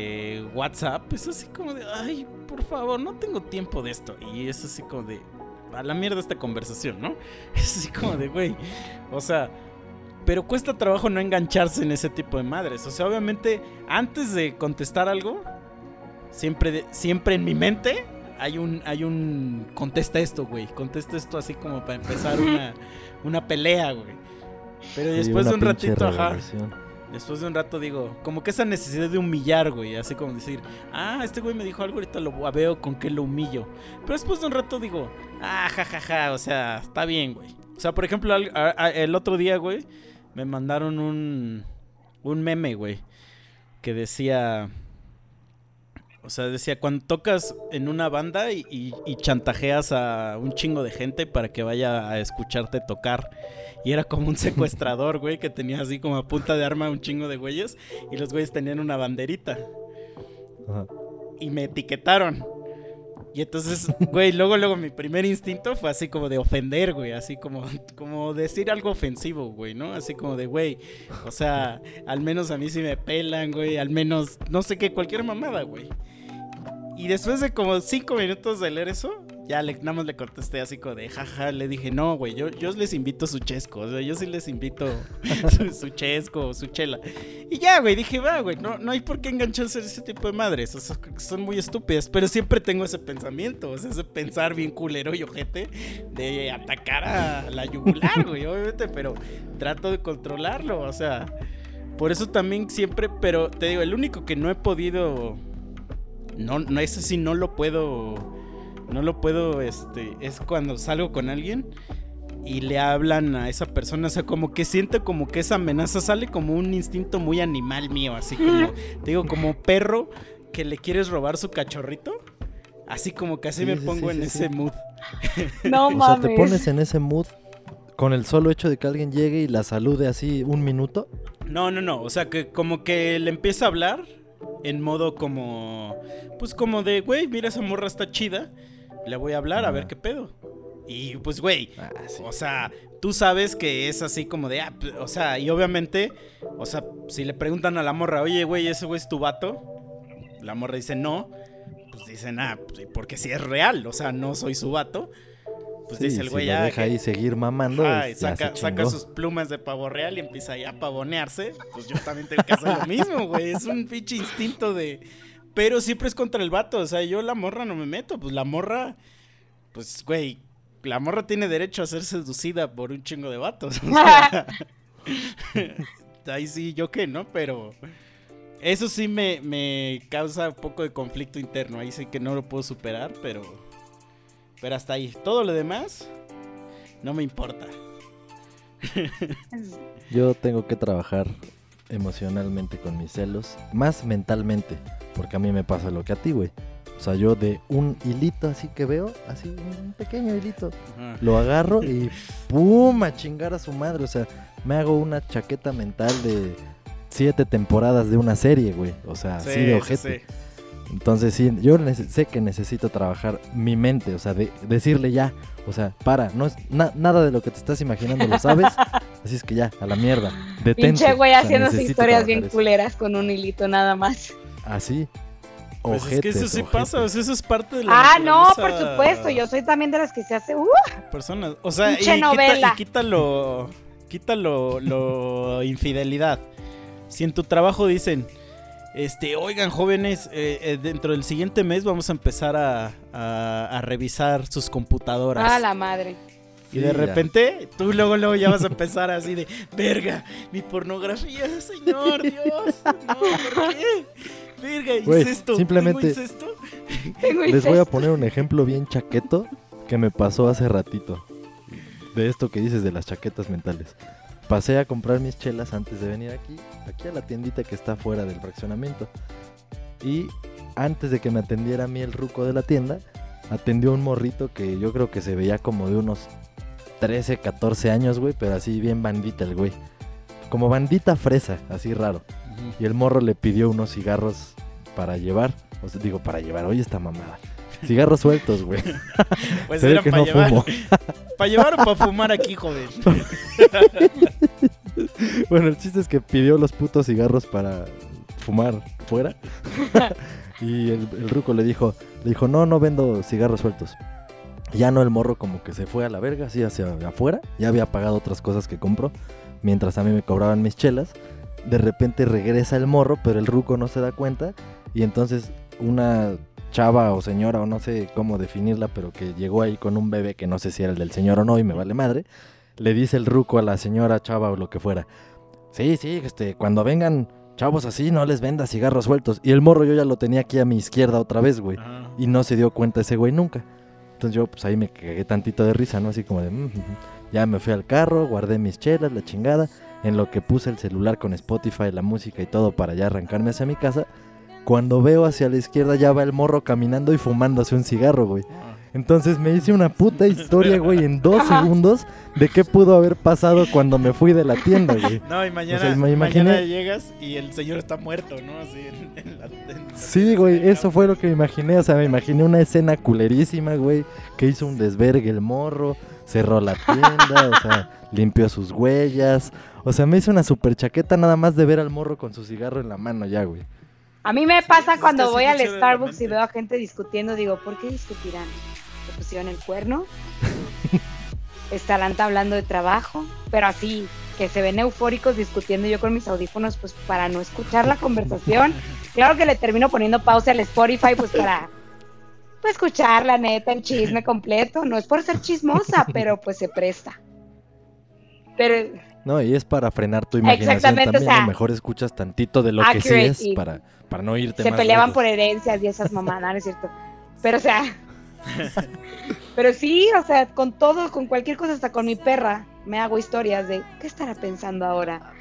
Speaker 2: WhatsApp, es así como de, ay, por favor, no tengo tiempo de esto, y es así como de, a la mierda esta conversación, ¿no? Es así como de, güey, o sea, pero cuesta trabajo no engancharse en ese tipo de madres. O sea, obviamente, antes de contestar algo, siempre en mi mente hay un contesta esto, güey. Contesta esto así como para empezar una pelea, güey. Pero después de un ratito, después de un rato digo, como que esa necesidad de humillar, güey. Así como decir, este güey me dijo algo, ahorita lo veo con qué lo humillo. Pero después de un rato digo, jajaja, o sea, está bien, güey. O sea, por ejemplo, el otro día, güey, me mandaron un meme, güey, que decía... O sea, decía, cuando tocas en una banda y chantajeas a un chingo de gente para que vaya a escucharte tocar. Y era como un secuestrador, güey, que tenía así como a punta de arma un chingo de güeyes. Y los güeyes tenían una banderita. Ajá. Y me etiquetaron. Y entonces, güey, luego mi primer instinto fue así como de ofender, güey. Así como decir algo ofensivo, güey, ¿no? Así como de, güey, o sea, al menos a mí sí me pelan, güey. Al menos, no sé qué, cualquier mamada, güey. Y después de como 5 minutos de leer eso, ya nada más le contesté así como de jaja, le dije, no, güey, yo les invito su chesco, o sea, yo sí les invito su chesco, su chela. Y ya, güey, dije, va, güey, no hay por qué engancharse a ese tipo de madres, o sea, son muy estúpidas, pero siempre tengo ese pensamiento, o sea, ese pensar bien culero y ojete de atacar a la yugular, güey, obviamente, pero trato de controlarlo, o sea, por eso también siempre, pero te digo, el único que no he podido... No, ese sí no lo puedo, es cuando salgo con alguien y le hablan a esa persona, o sea, como que siento como que esa amenaza sale como un instinto muy animal mío, así como, te digo, como perro que le quieres robar su cachorrito, así como que así me pongo en ese mood.
Speaker 3: No mames.
Speaker 4: O sea, te pones en ese mood con el solo hecho de que alguien llegue y la salude así un minuto.
Speaker 2: No, o sea, que como que le empieza a hablar en modo como, pues como de, güey, mira, esa morra está chida, le voy a hablar a ver qué pedo. Y pues, güey, sí. O sea, tú sabes que es así como de, o sea, y obviamente, o sea, si le preguntan a la morra, oye, güey, ¿ese güey es tu vato? La morra dice no, pues dicen, pues, porque si es real, o sea, no soy su vato. Pues sí, dice el güey,
Speaker 4: si ya deja ahí seguir mamando,
Speaker 2: saca sus plumas de pavo real y empieza ya a pavonearse. Pues yo también tengo que hacer lo mismo, güey. Es un pinche instinto de... Pero siempre es contra el vato, o sea, yo la morra no me meto. Pues la morra, pues güey, la morra tiene derecho a ser seducida por un chingo de vatos. O sea, ahí sí, yo qué, ¿no? Pero eso sí me causa un poco de conflicto interno. Ahí sí que no lo puedo superar, pero hasta ahí. Todo lo demás no me importa.
Speaker 4: Yo tengo que trabajar emocionalmente con mis celos, más mentalmente, porque a mí me pasa lo que a ti, güey. O sea, yo de un hilito así que veo, así un pequeño hilito, lo agarro y ¡pum! A chingar a su madre. O sea, me hago una chaqueta mental de 7 temporadas de una serie, güey. O sea, sí, así de ojete. Sí. Entonces sí, yo sé que necesito trabajar mi mente, o sea, de decirle ya, o sea, no es nada de lo que te estás imaginando lo sabes, así es que ya, a la mierda, detente.
Speaker 3: Pinche güey haciéndose historias bien culeras con un hilito nada más.
Speaker 4: Así,
Speaker 2: pues es que eso sí pasa, o sea, eso es parte de la
Speaker 3: no, por supuesto, yo soy también de las que se hace,
Speaker 2: personas, o sea, quítalo infidelidad. Si en tu trabajo dicen... oigan, jóvenes, dentro del siguiente mes vamos a empezar a revisar sus computadoras.
Speaker 3: ¡Ah, la madre!
Speaker 2: Y de repente, tú luego ya vas a empezar así de, verga, mi pornografía, señor, Dios, no, ¿por qué? Verga, incesto,
Speaker 4: simplemente
Speaker 2: ¿tengo incesto?
Speaker 4: Les voy a poner un ejemplo bien chaqueto que me pasó hace ratito, de esto que dices de las chaquetas mentales. Pasé a comprar mis chelas antes de venir aquí a la tiendita que está fuera del fraccionamiento. Y antes de que me atendiera a mí el ruco de la tienda, atendió un morrito que yo creo que se veía como de unos 13, 14 años, güey, pero así bien bandita el güey. Como bandita fresa, así raro. Y el morro le pidió unos cigarros para llevar. O sea, digo, para llevar, oye esta mamada. Cigarros sueltos, güey.
Speaker 2: Pues era para llevar. ¿Para llevar o para fumar aquí, joven?
Speaker 4: Bueno, el chiste es que pidió los putos cigarros para fumar fuera. Y el ruco le dijo, no vendo cigarros sueltos. Ya no, el morro como que se fue a la verga, así hacia afuera. Ya había pagado otras cosas que compró, mientras a mí me cobraban mis chelas. De repente regresa el morro, pero el ruco no se da cuenta. Y entonces una chava o señora, o no sé cómo definirla, pero que llegó ahí con un bebé que no sé si era el del señor o no, y me vale madre, le dice el ruco a la señora, chava o lo que fuera: sí, cuando vengan chavos así, no les vendas cigarros sueltos. Y el morro yo ya lo tenía aquí a mi izquierda otra vez, güey. Y no se dio cuenta ese güey nunca. Entonces yo pues ahí me cagué tantito de risa, ¿no? Así como de... Ya me fui al carro, guardé mis chelas, la chingada. En lo que puse el celular con Spotify, la música y todo para ya arrancarme hacia mi casa. Cuando veo hacia la izquierda ya va el morro caminando y fumándose un cigarro, güey. Entonces me hice una puta historia, güey, en 2 segundos de qué pudo haber pasado cuando me fui de la tienda, güey.
Speaker 2: No, y mañana,
Speaker 4: O sea, me imaginé...
Speaker 2: mañana llegas y el señor está muerto, ¿no? Así en la
Speaker 4: Sí, güey, eso fue lo que me imaginé. O sea, me imaginé una escena culerísima, güey, que hizo un desvergue el morro, cerró la tienda, o sea, limpió sus huellas. O sea, me hizo una super chaqueta nada más de ver al morro con su cigarro en la mano ya, güey.
Speaker 3: A mí me pasa cuando
Speaker 2: así
Speaker 3: voy al
Speaker 2: funciona la
Speaker 3: Starbucks y
Speaker 2: mente.
Speaker 3: veo a gente discutiendo, digo, ¿por qué discutirán? ¿Se pusieron el cuerno? ¿Estarán hablando de trabajo? Pero así, que se ven eufóricos discutiendo, yo con mis audífonos, pues para no escuchar la conversación. Claro que le termino poniendo pausa al Spotify, pues para escuchar la neta, el chisme completo. No es por ser chismosa, pero pues se presta. Pero
Speaker 4: No, y es para frenar tu imaginación
Speaker 3: Exactamente,
Speaker 4: también,
Speaker 3: o sea,
Speaker 4: ¿no? Mejor escuchas tantito de lo que sí
Speaker 3: accurate
Speaker 4: es
Speaker 3: y
Speaker 4: para no irte
Speaker 3: se
Speaker 4: más
Speaker 3: peleaban
Speaker 4: lejos.
Speaker 3: por herencias y esas mamadas, ¿no es cierto? Pero, o sea, pero sí, o sea, con todo, con cualquier cosa, hasta con mi perra, me hago historias de, ¿qué estará pensando ahora?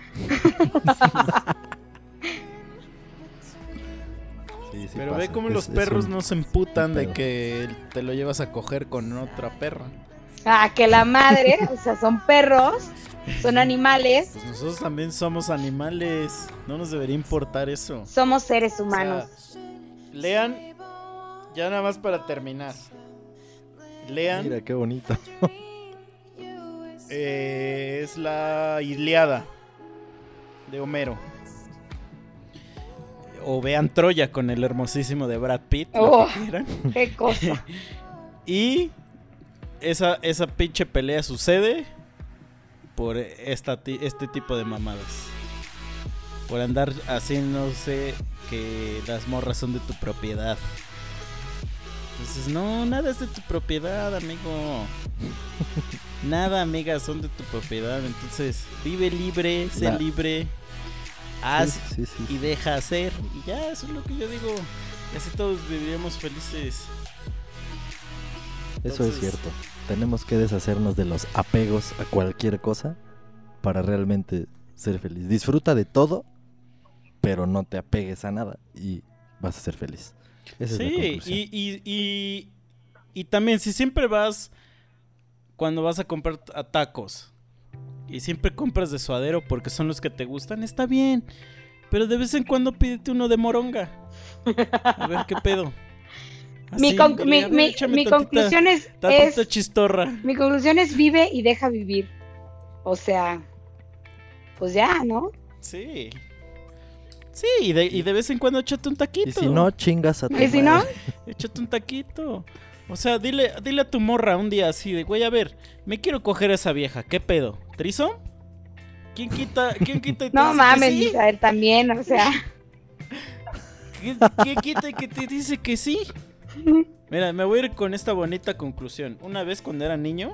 Speaker 4: Sí, sí
Speaker 2: Pero
Speaker 4: pasa.
Speaker 2: ve cómo
Speaker 4: Es-
Speaker 2: los
Speaker 4: es
Speaker 2: perros
Speaker 4: un-
Speaker 2: no se emputan de
Speaker 4: pedo.
Speaker 2: que te lo llevas a coger con otra perra.
Speaker 3: Ah, que la madre, o sea, son perros, son animales,
Speaker 2: Pues nosotros también somos animales. No nos debería importar eso.
Speaker 3: somos seres
Speaker 2: O sea,
Speaker 3: humanos.
Speaker 2: lean, ya nada más para terminar. Lean,
Speaker 4: Mira, qué bonito.
Speaker 2: es la Ilíada de Homero. O vean Troya con el hermosísimo de Brad Pitt, lo
Speaker 3: Oh.
Speaker 2: que quieran.
Speaker 3: Qué cosa.
Speaker 2: Y esa pinche pelea sucede por este tipo de mamadas. Por andar haciéndose que las morras son de tu propiedad. Entonces, no, nada es de tu propiedad, amigo. Nada, amiga, son de tu propiedad. Entonces, vive libre, sé
Speaker 4: La-
Speaker 2: libre. Haz
Speaker 4: Sí, sí, sí.
Speaker 2: y deja hacer. Y ya, eso es lo que yo digo. Y así todos viviríamos felices.
Speaker 4: Eso es
Speaker 2: Entonces-
Speaker 4: cierto. Tenemos que deshacernos de los apegos a cualquier cosa para realmente ser feliz. Disfruta de todo, pero no te apegues a nada y vas a ser feliz. Esa es la
Speaker 2: Sí,
Speaker 4: conclusión.
Speaker 2: y también si siempre vas, cuando vas a comprar a tacos, y siempre compras de suadero porque son los que te gustan, está bien. Pero de vez en cuando pídete uno de moronga. A ver qué pedo.
Speaker 3: Mi,
Speaker 2: Así,
Speaker 3: con-
Speaker 2: dile,
Speaker 3: mi,
Speaker 2: a ver,
Speaker 3: mi,
Speaker 2: échame
Speaker 3: mi
Speaker 2: tantita-
Speaker 3: conclusión es
Speaker 2: tantita chistorra.
Speaker 3: mi conclusión es vive y deja vivir. O sea, pues ya, ¿no?
Speaker 2: Sí. Sí, y de vez en cuando échate un taquito.
Speaker 4: Y si no, chingas a tu
Speaker 3: ¿Y si no?
Speaker 4: madre.
Speaker 2: Échate un taquito. O sea, dile a tu morra un día así de, güey, a ver, me quiero coger a esa vieja, ¿qué pedo? ¿Trizo? ¿Quién quita y te
Speaker 3: No
Speaker 2: dice
Speaker 3: mames,
Speaker 2: que sí?
Speaker 3: Misael, también, o sea.
Speaker 2: ¿Quién quita y que te dice que sí? Mira, me voy a ir con esta bonita conclusión. Una vez cuando era niño,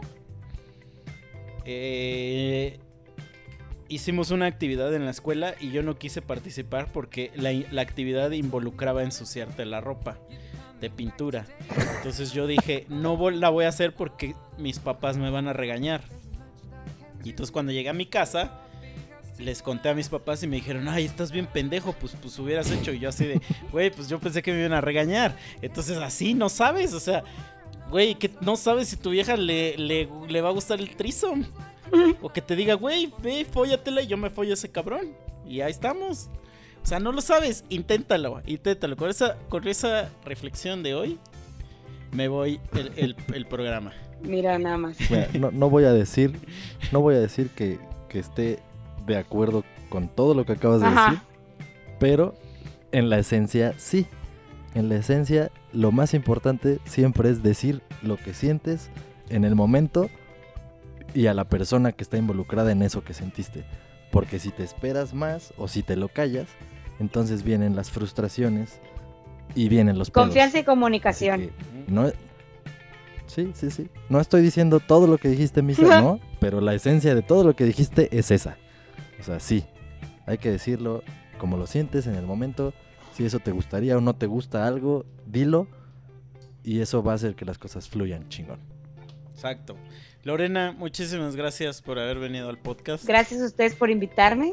Speaker 2: hicimos una actividad en la escuela y yo no quise participar porque la actividad involucraba ensuciarte la ropa de pintura. Entonces yo dije, no la voy a hacer porque mis papás me van a regañar. Y entonces cuando llegué a mi casa, les conté a mis papás y me dijeron, ay, estás bien pendejo, pues hubieras hecho. Y yo así de, güey, pues yo pensé que me iban a regañar. Entonces así, no sabes, o sea, güey, que no sabes si tu vieja le va a gustar el threesome. O que te diga, güey, ve, fóllatela y yo me follo a ese cabrón. Y ahí estamos. O sea, no lo sabes, inténtalo. Con esa reflexión de hoy, me voy el programa.
Speaker 3: Mira, nada más.
Speaker 4: Mira, no voy a decir que esté de acuerdo con todo lo que acabas de
Speaker 3: Ajá.
Speaker 4: decir, pero en la esencia sí. En la esencia, lo más importante siempre es decir lo que sientes en el momento y a la persona que está involucrada en eso que sentiste. Porque si te esperas más o si te lo callas, entonces vienen las frustraciones y vienen los pedos.
Speaker 3: Confianza y comunicación.
Speaker 4: No, sí. No estoy diciendo todo lo que dijiste, Misa, ¿no? Pero la esencia de todo lo que dijiste es esa. O sea, sí, hay que decirlo como lo sientes en el momento. Si eso te gustaría o no te gusta algo, dilo. Y eso va a hacer que las cosas fluyan chingón.
Speaker 2: Exacto. Lorena, muchísimas gracias por haber venido al podcast.
Speaker 3: Gracias a ustedes por invitarme.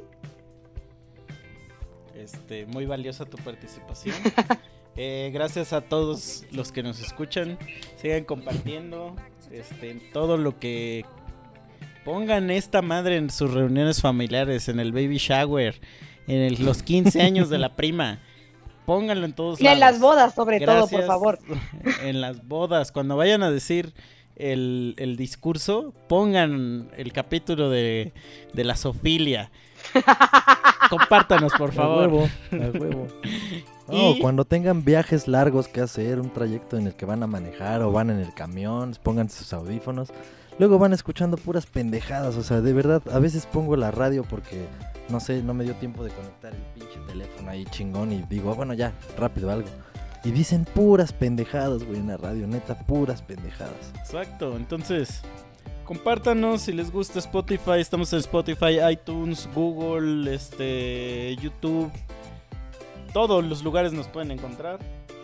Speaker 2: Muy valiosa tu participación. Gracias a todos los que nos escuchan. Sigan compartiendo todo lo que pongan esta madre en sus reuniones familiares, en el baby shower, en los 15 años de la prima. Pónganlo en todos lados.
Speaker 3: Y en las bodas, sobre todo, por favor.
Speaker 2: En las bodas, cuando vayan a decir el discurso, pongan el capítulo de la zoofilia. Compártanos, por favor.
Speaker 4: A huevo. No, cuando tengan viajes largos que hacer, un trayecto en el que van a manejar o van en el camión, pónganse sus audífonos. Luego van escuchando puras pendejadas, o sea, de verdad, a veces pongo la radio porque, no sé, no me dio tiempo de conectar el pinche teléfono ahí chingón y digo, bueno, ya, rápido, algo. Y dicen puras pendejadas, güey, en la radio, neta, puras pendejadas.
Speaker 2: Exacto, entonces, compártanos si les gusta Spotify, estamos en Spotify, iTunes, Google, YouTube, todos los lugares nos pueden encontrar.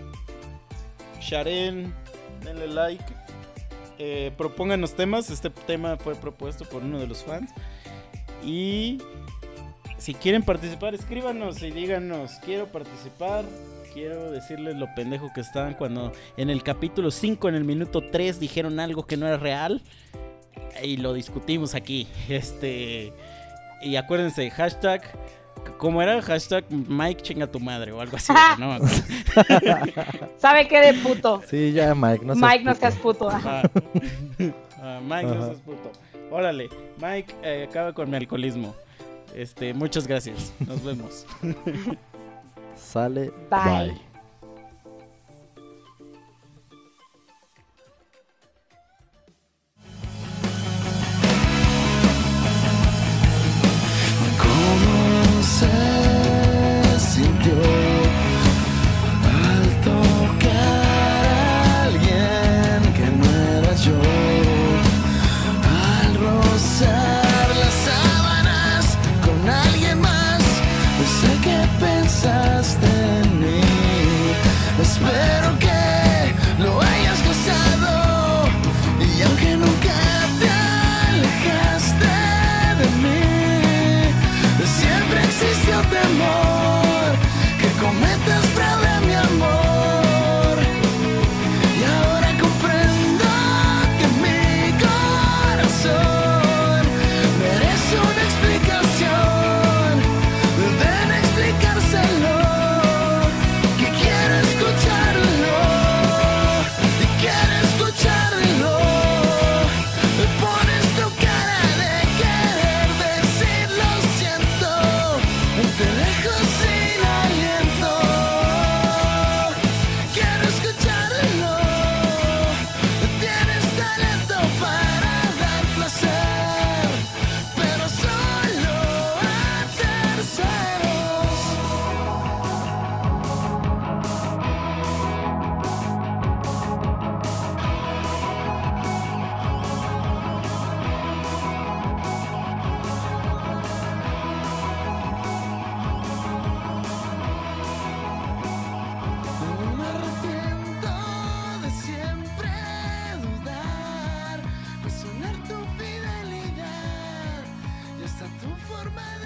Speaker 2: Sharen, denle like. Propónganos temas. Este tema fue propuesto por uno de los fans. Y si quieren participar, escríbanos y díganos: quiero participar, quiero decirles lo pendejo que están cuando en el capítulo 5, en el minuto 3, dijeron algo que no era real. Y lo discutimos aquí. Y acuérdense, hashtag, ¿cómo era? Hashtag Mike chinga tu madre o algo así, ¿no?
Speaker 3: ¿Sabe qué de puto?
Speaker 4: Sí, ya, Mike, no
Speaker 3: seas puto.
Speaker 2: Mike, no seas puto. Órale, Mike, acaba con mi alcoholismo. Muchas gracias. Nos vemos.
Speaker 4: Sale.
Speaker 3: Bye.
Speaker 4: Bye.
Speaker 5: Espero que lo hayas gozado y aunque nunca te alejaste de mí, siempre existió temor que cometas fraude, mi amor. Y ahora comprendo que mi corazón merece una explicación. Deben explicárselo. Tu forma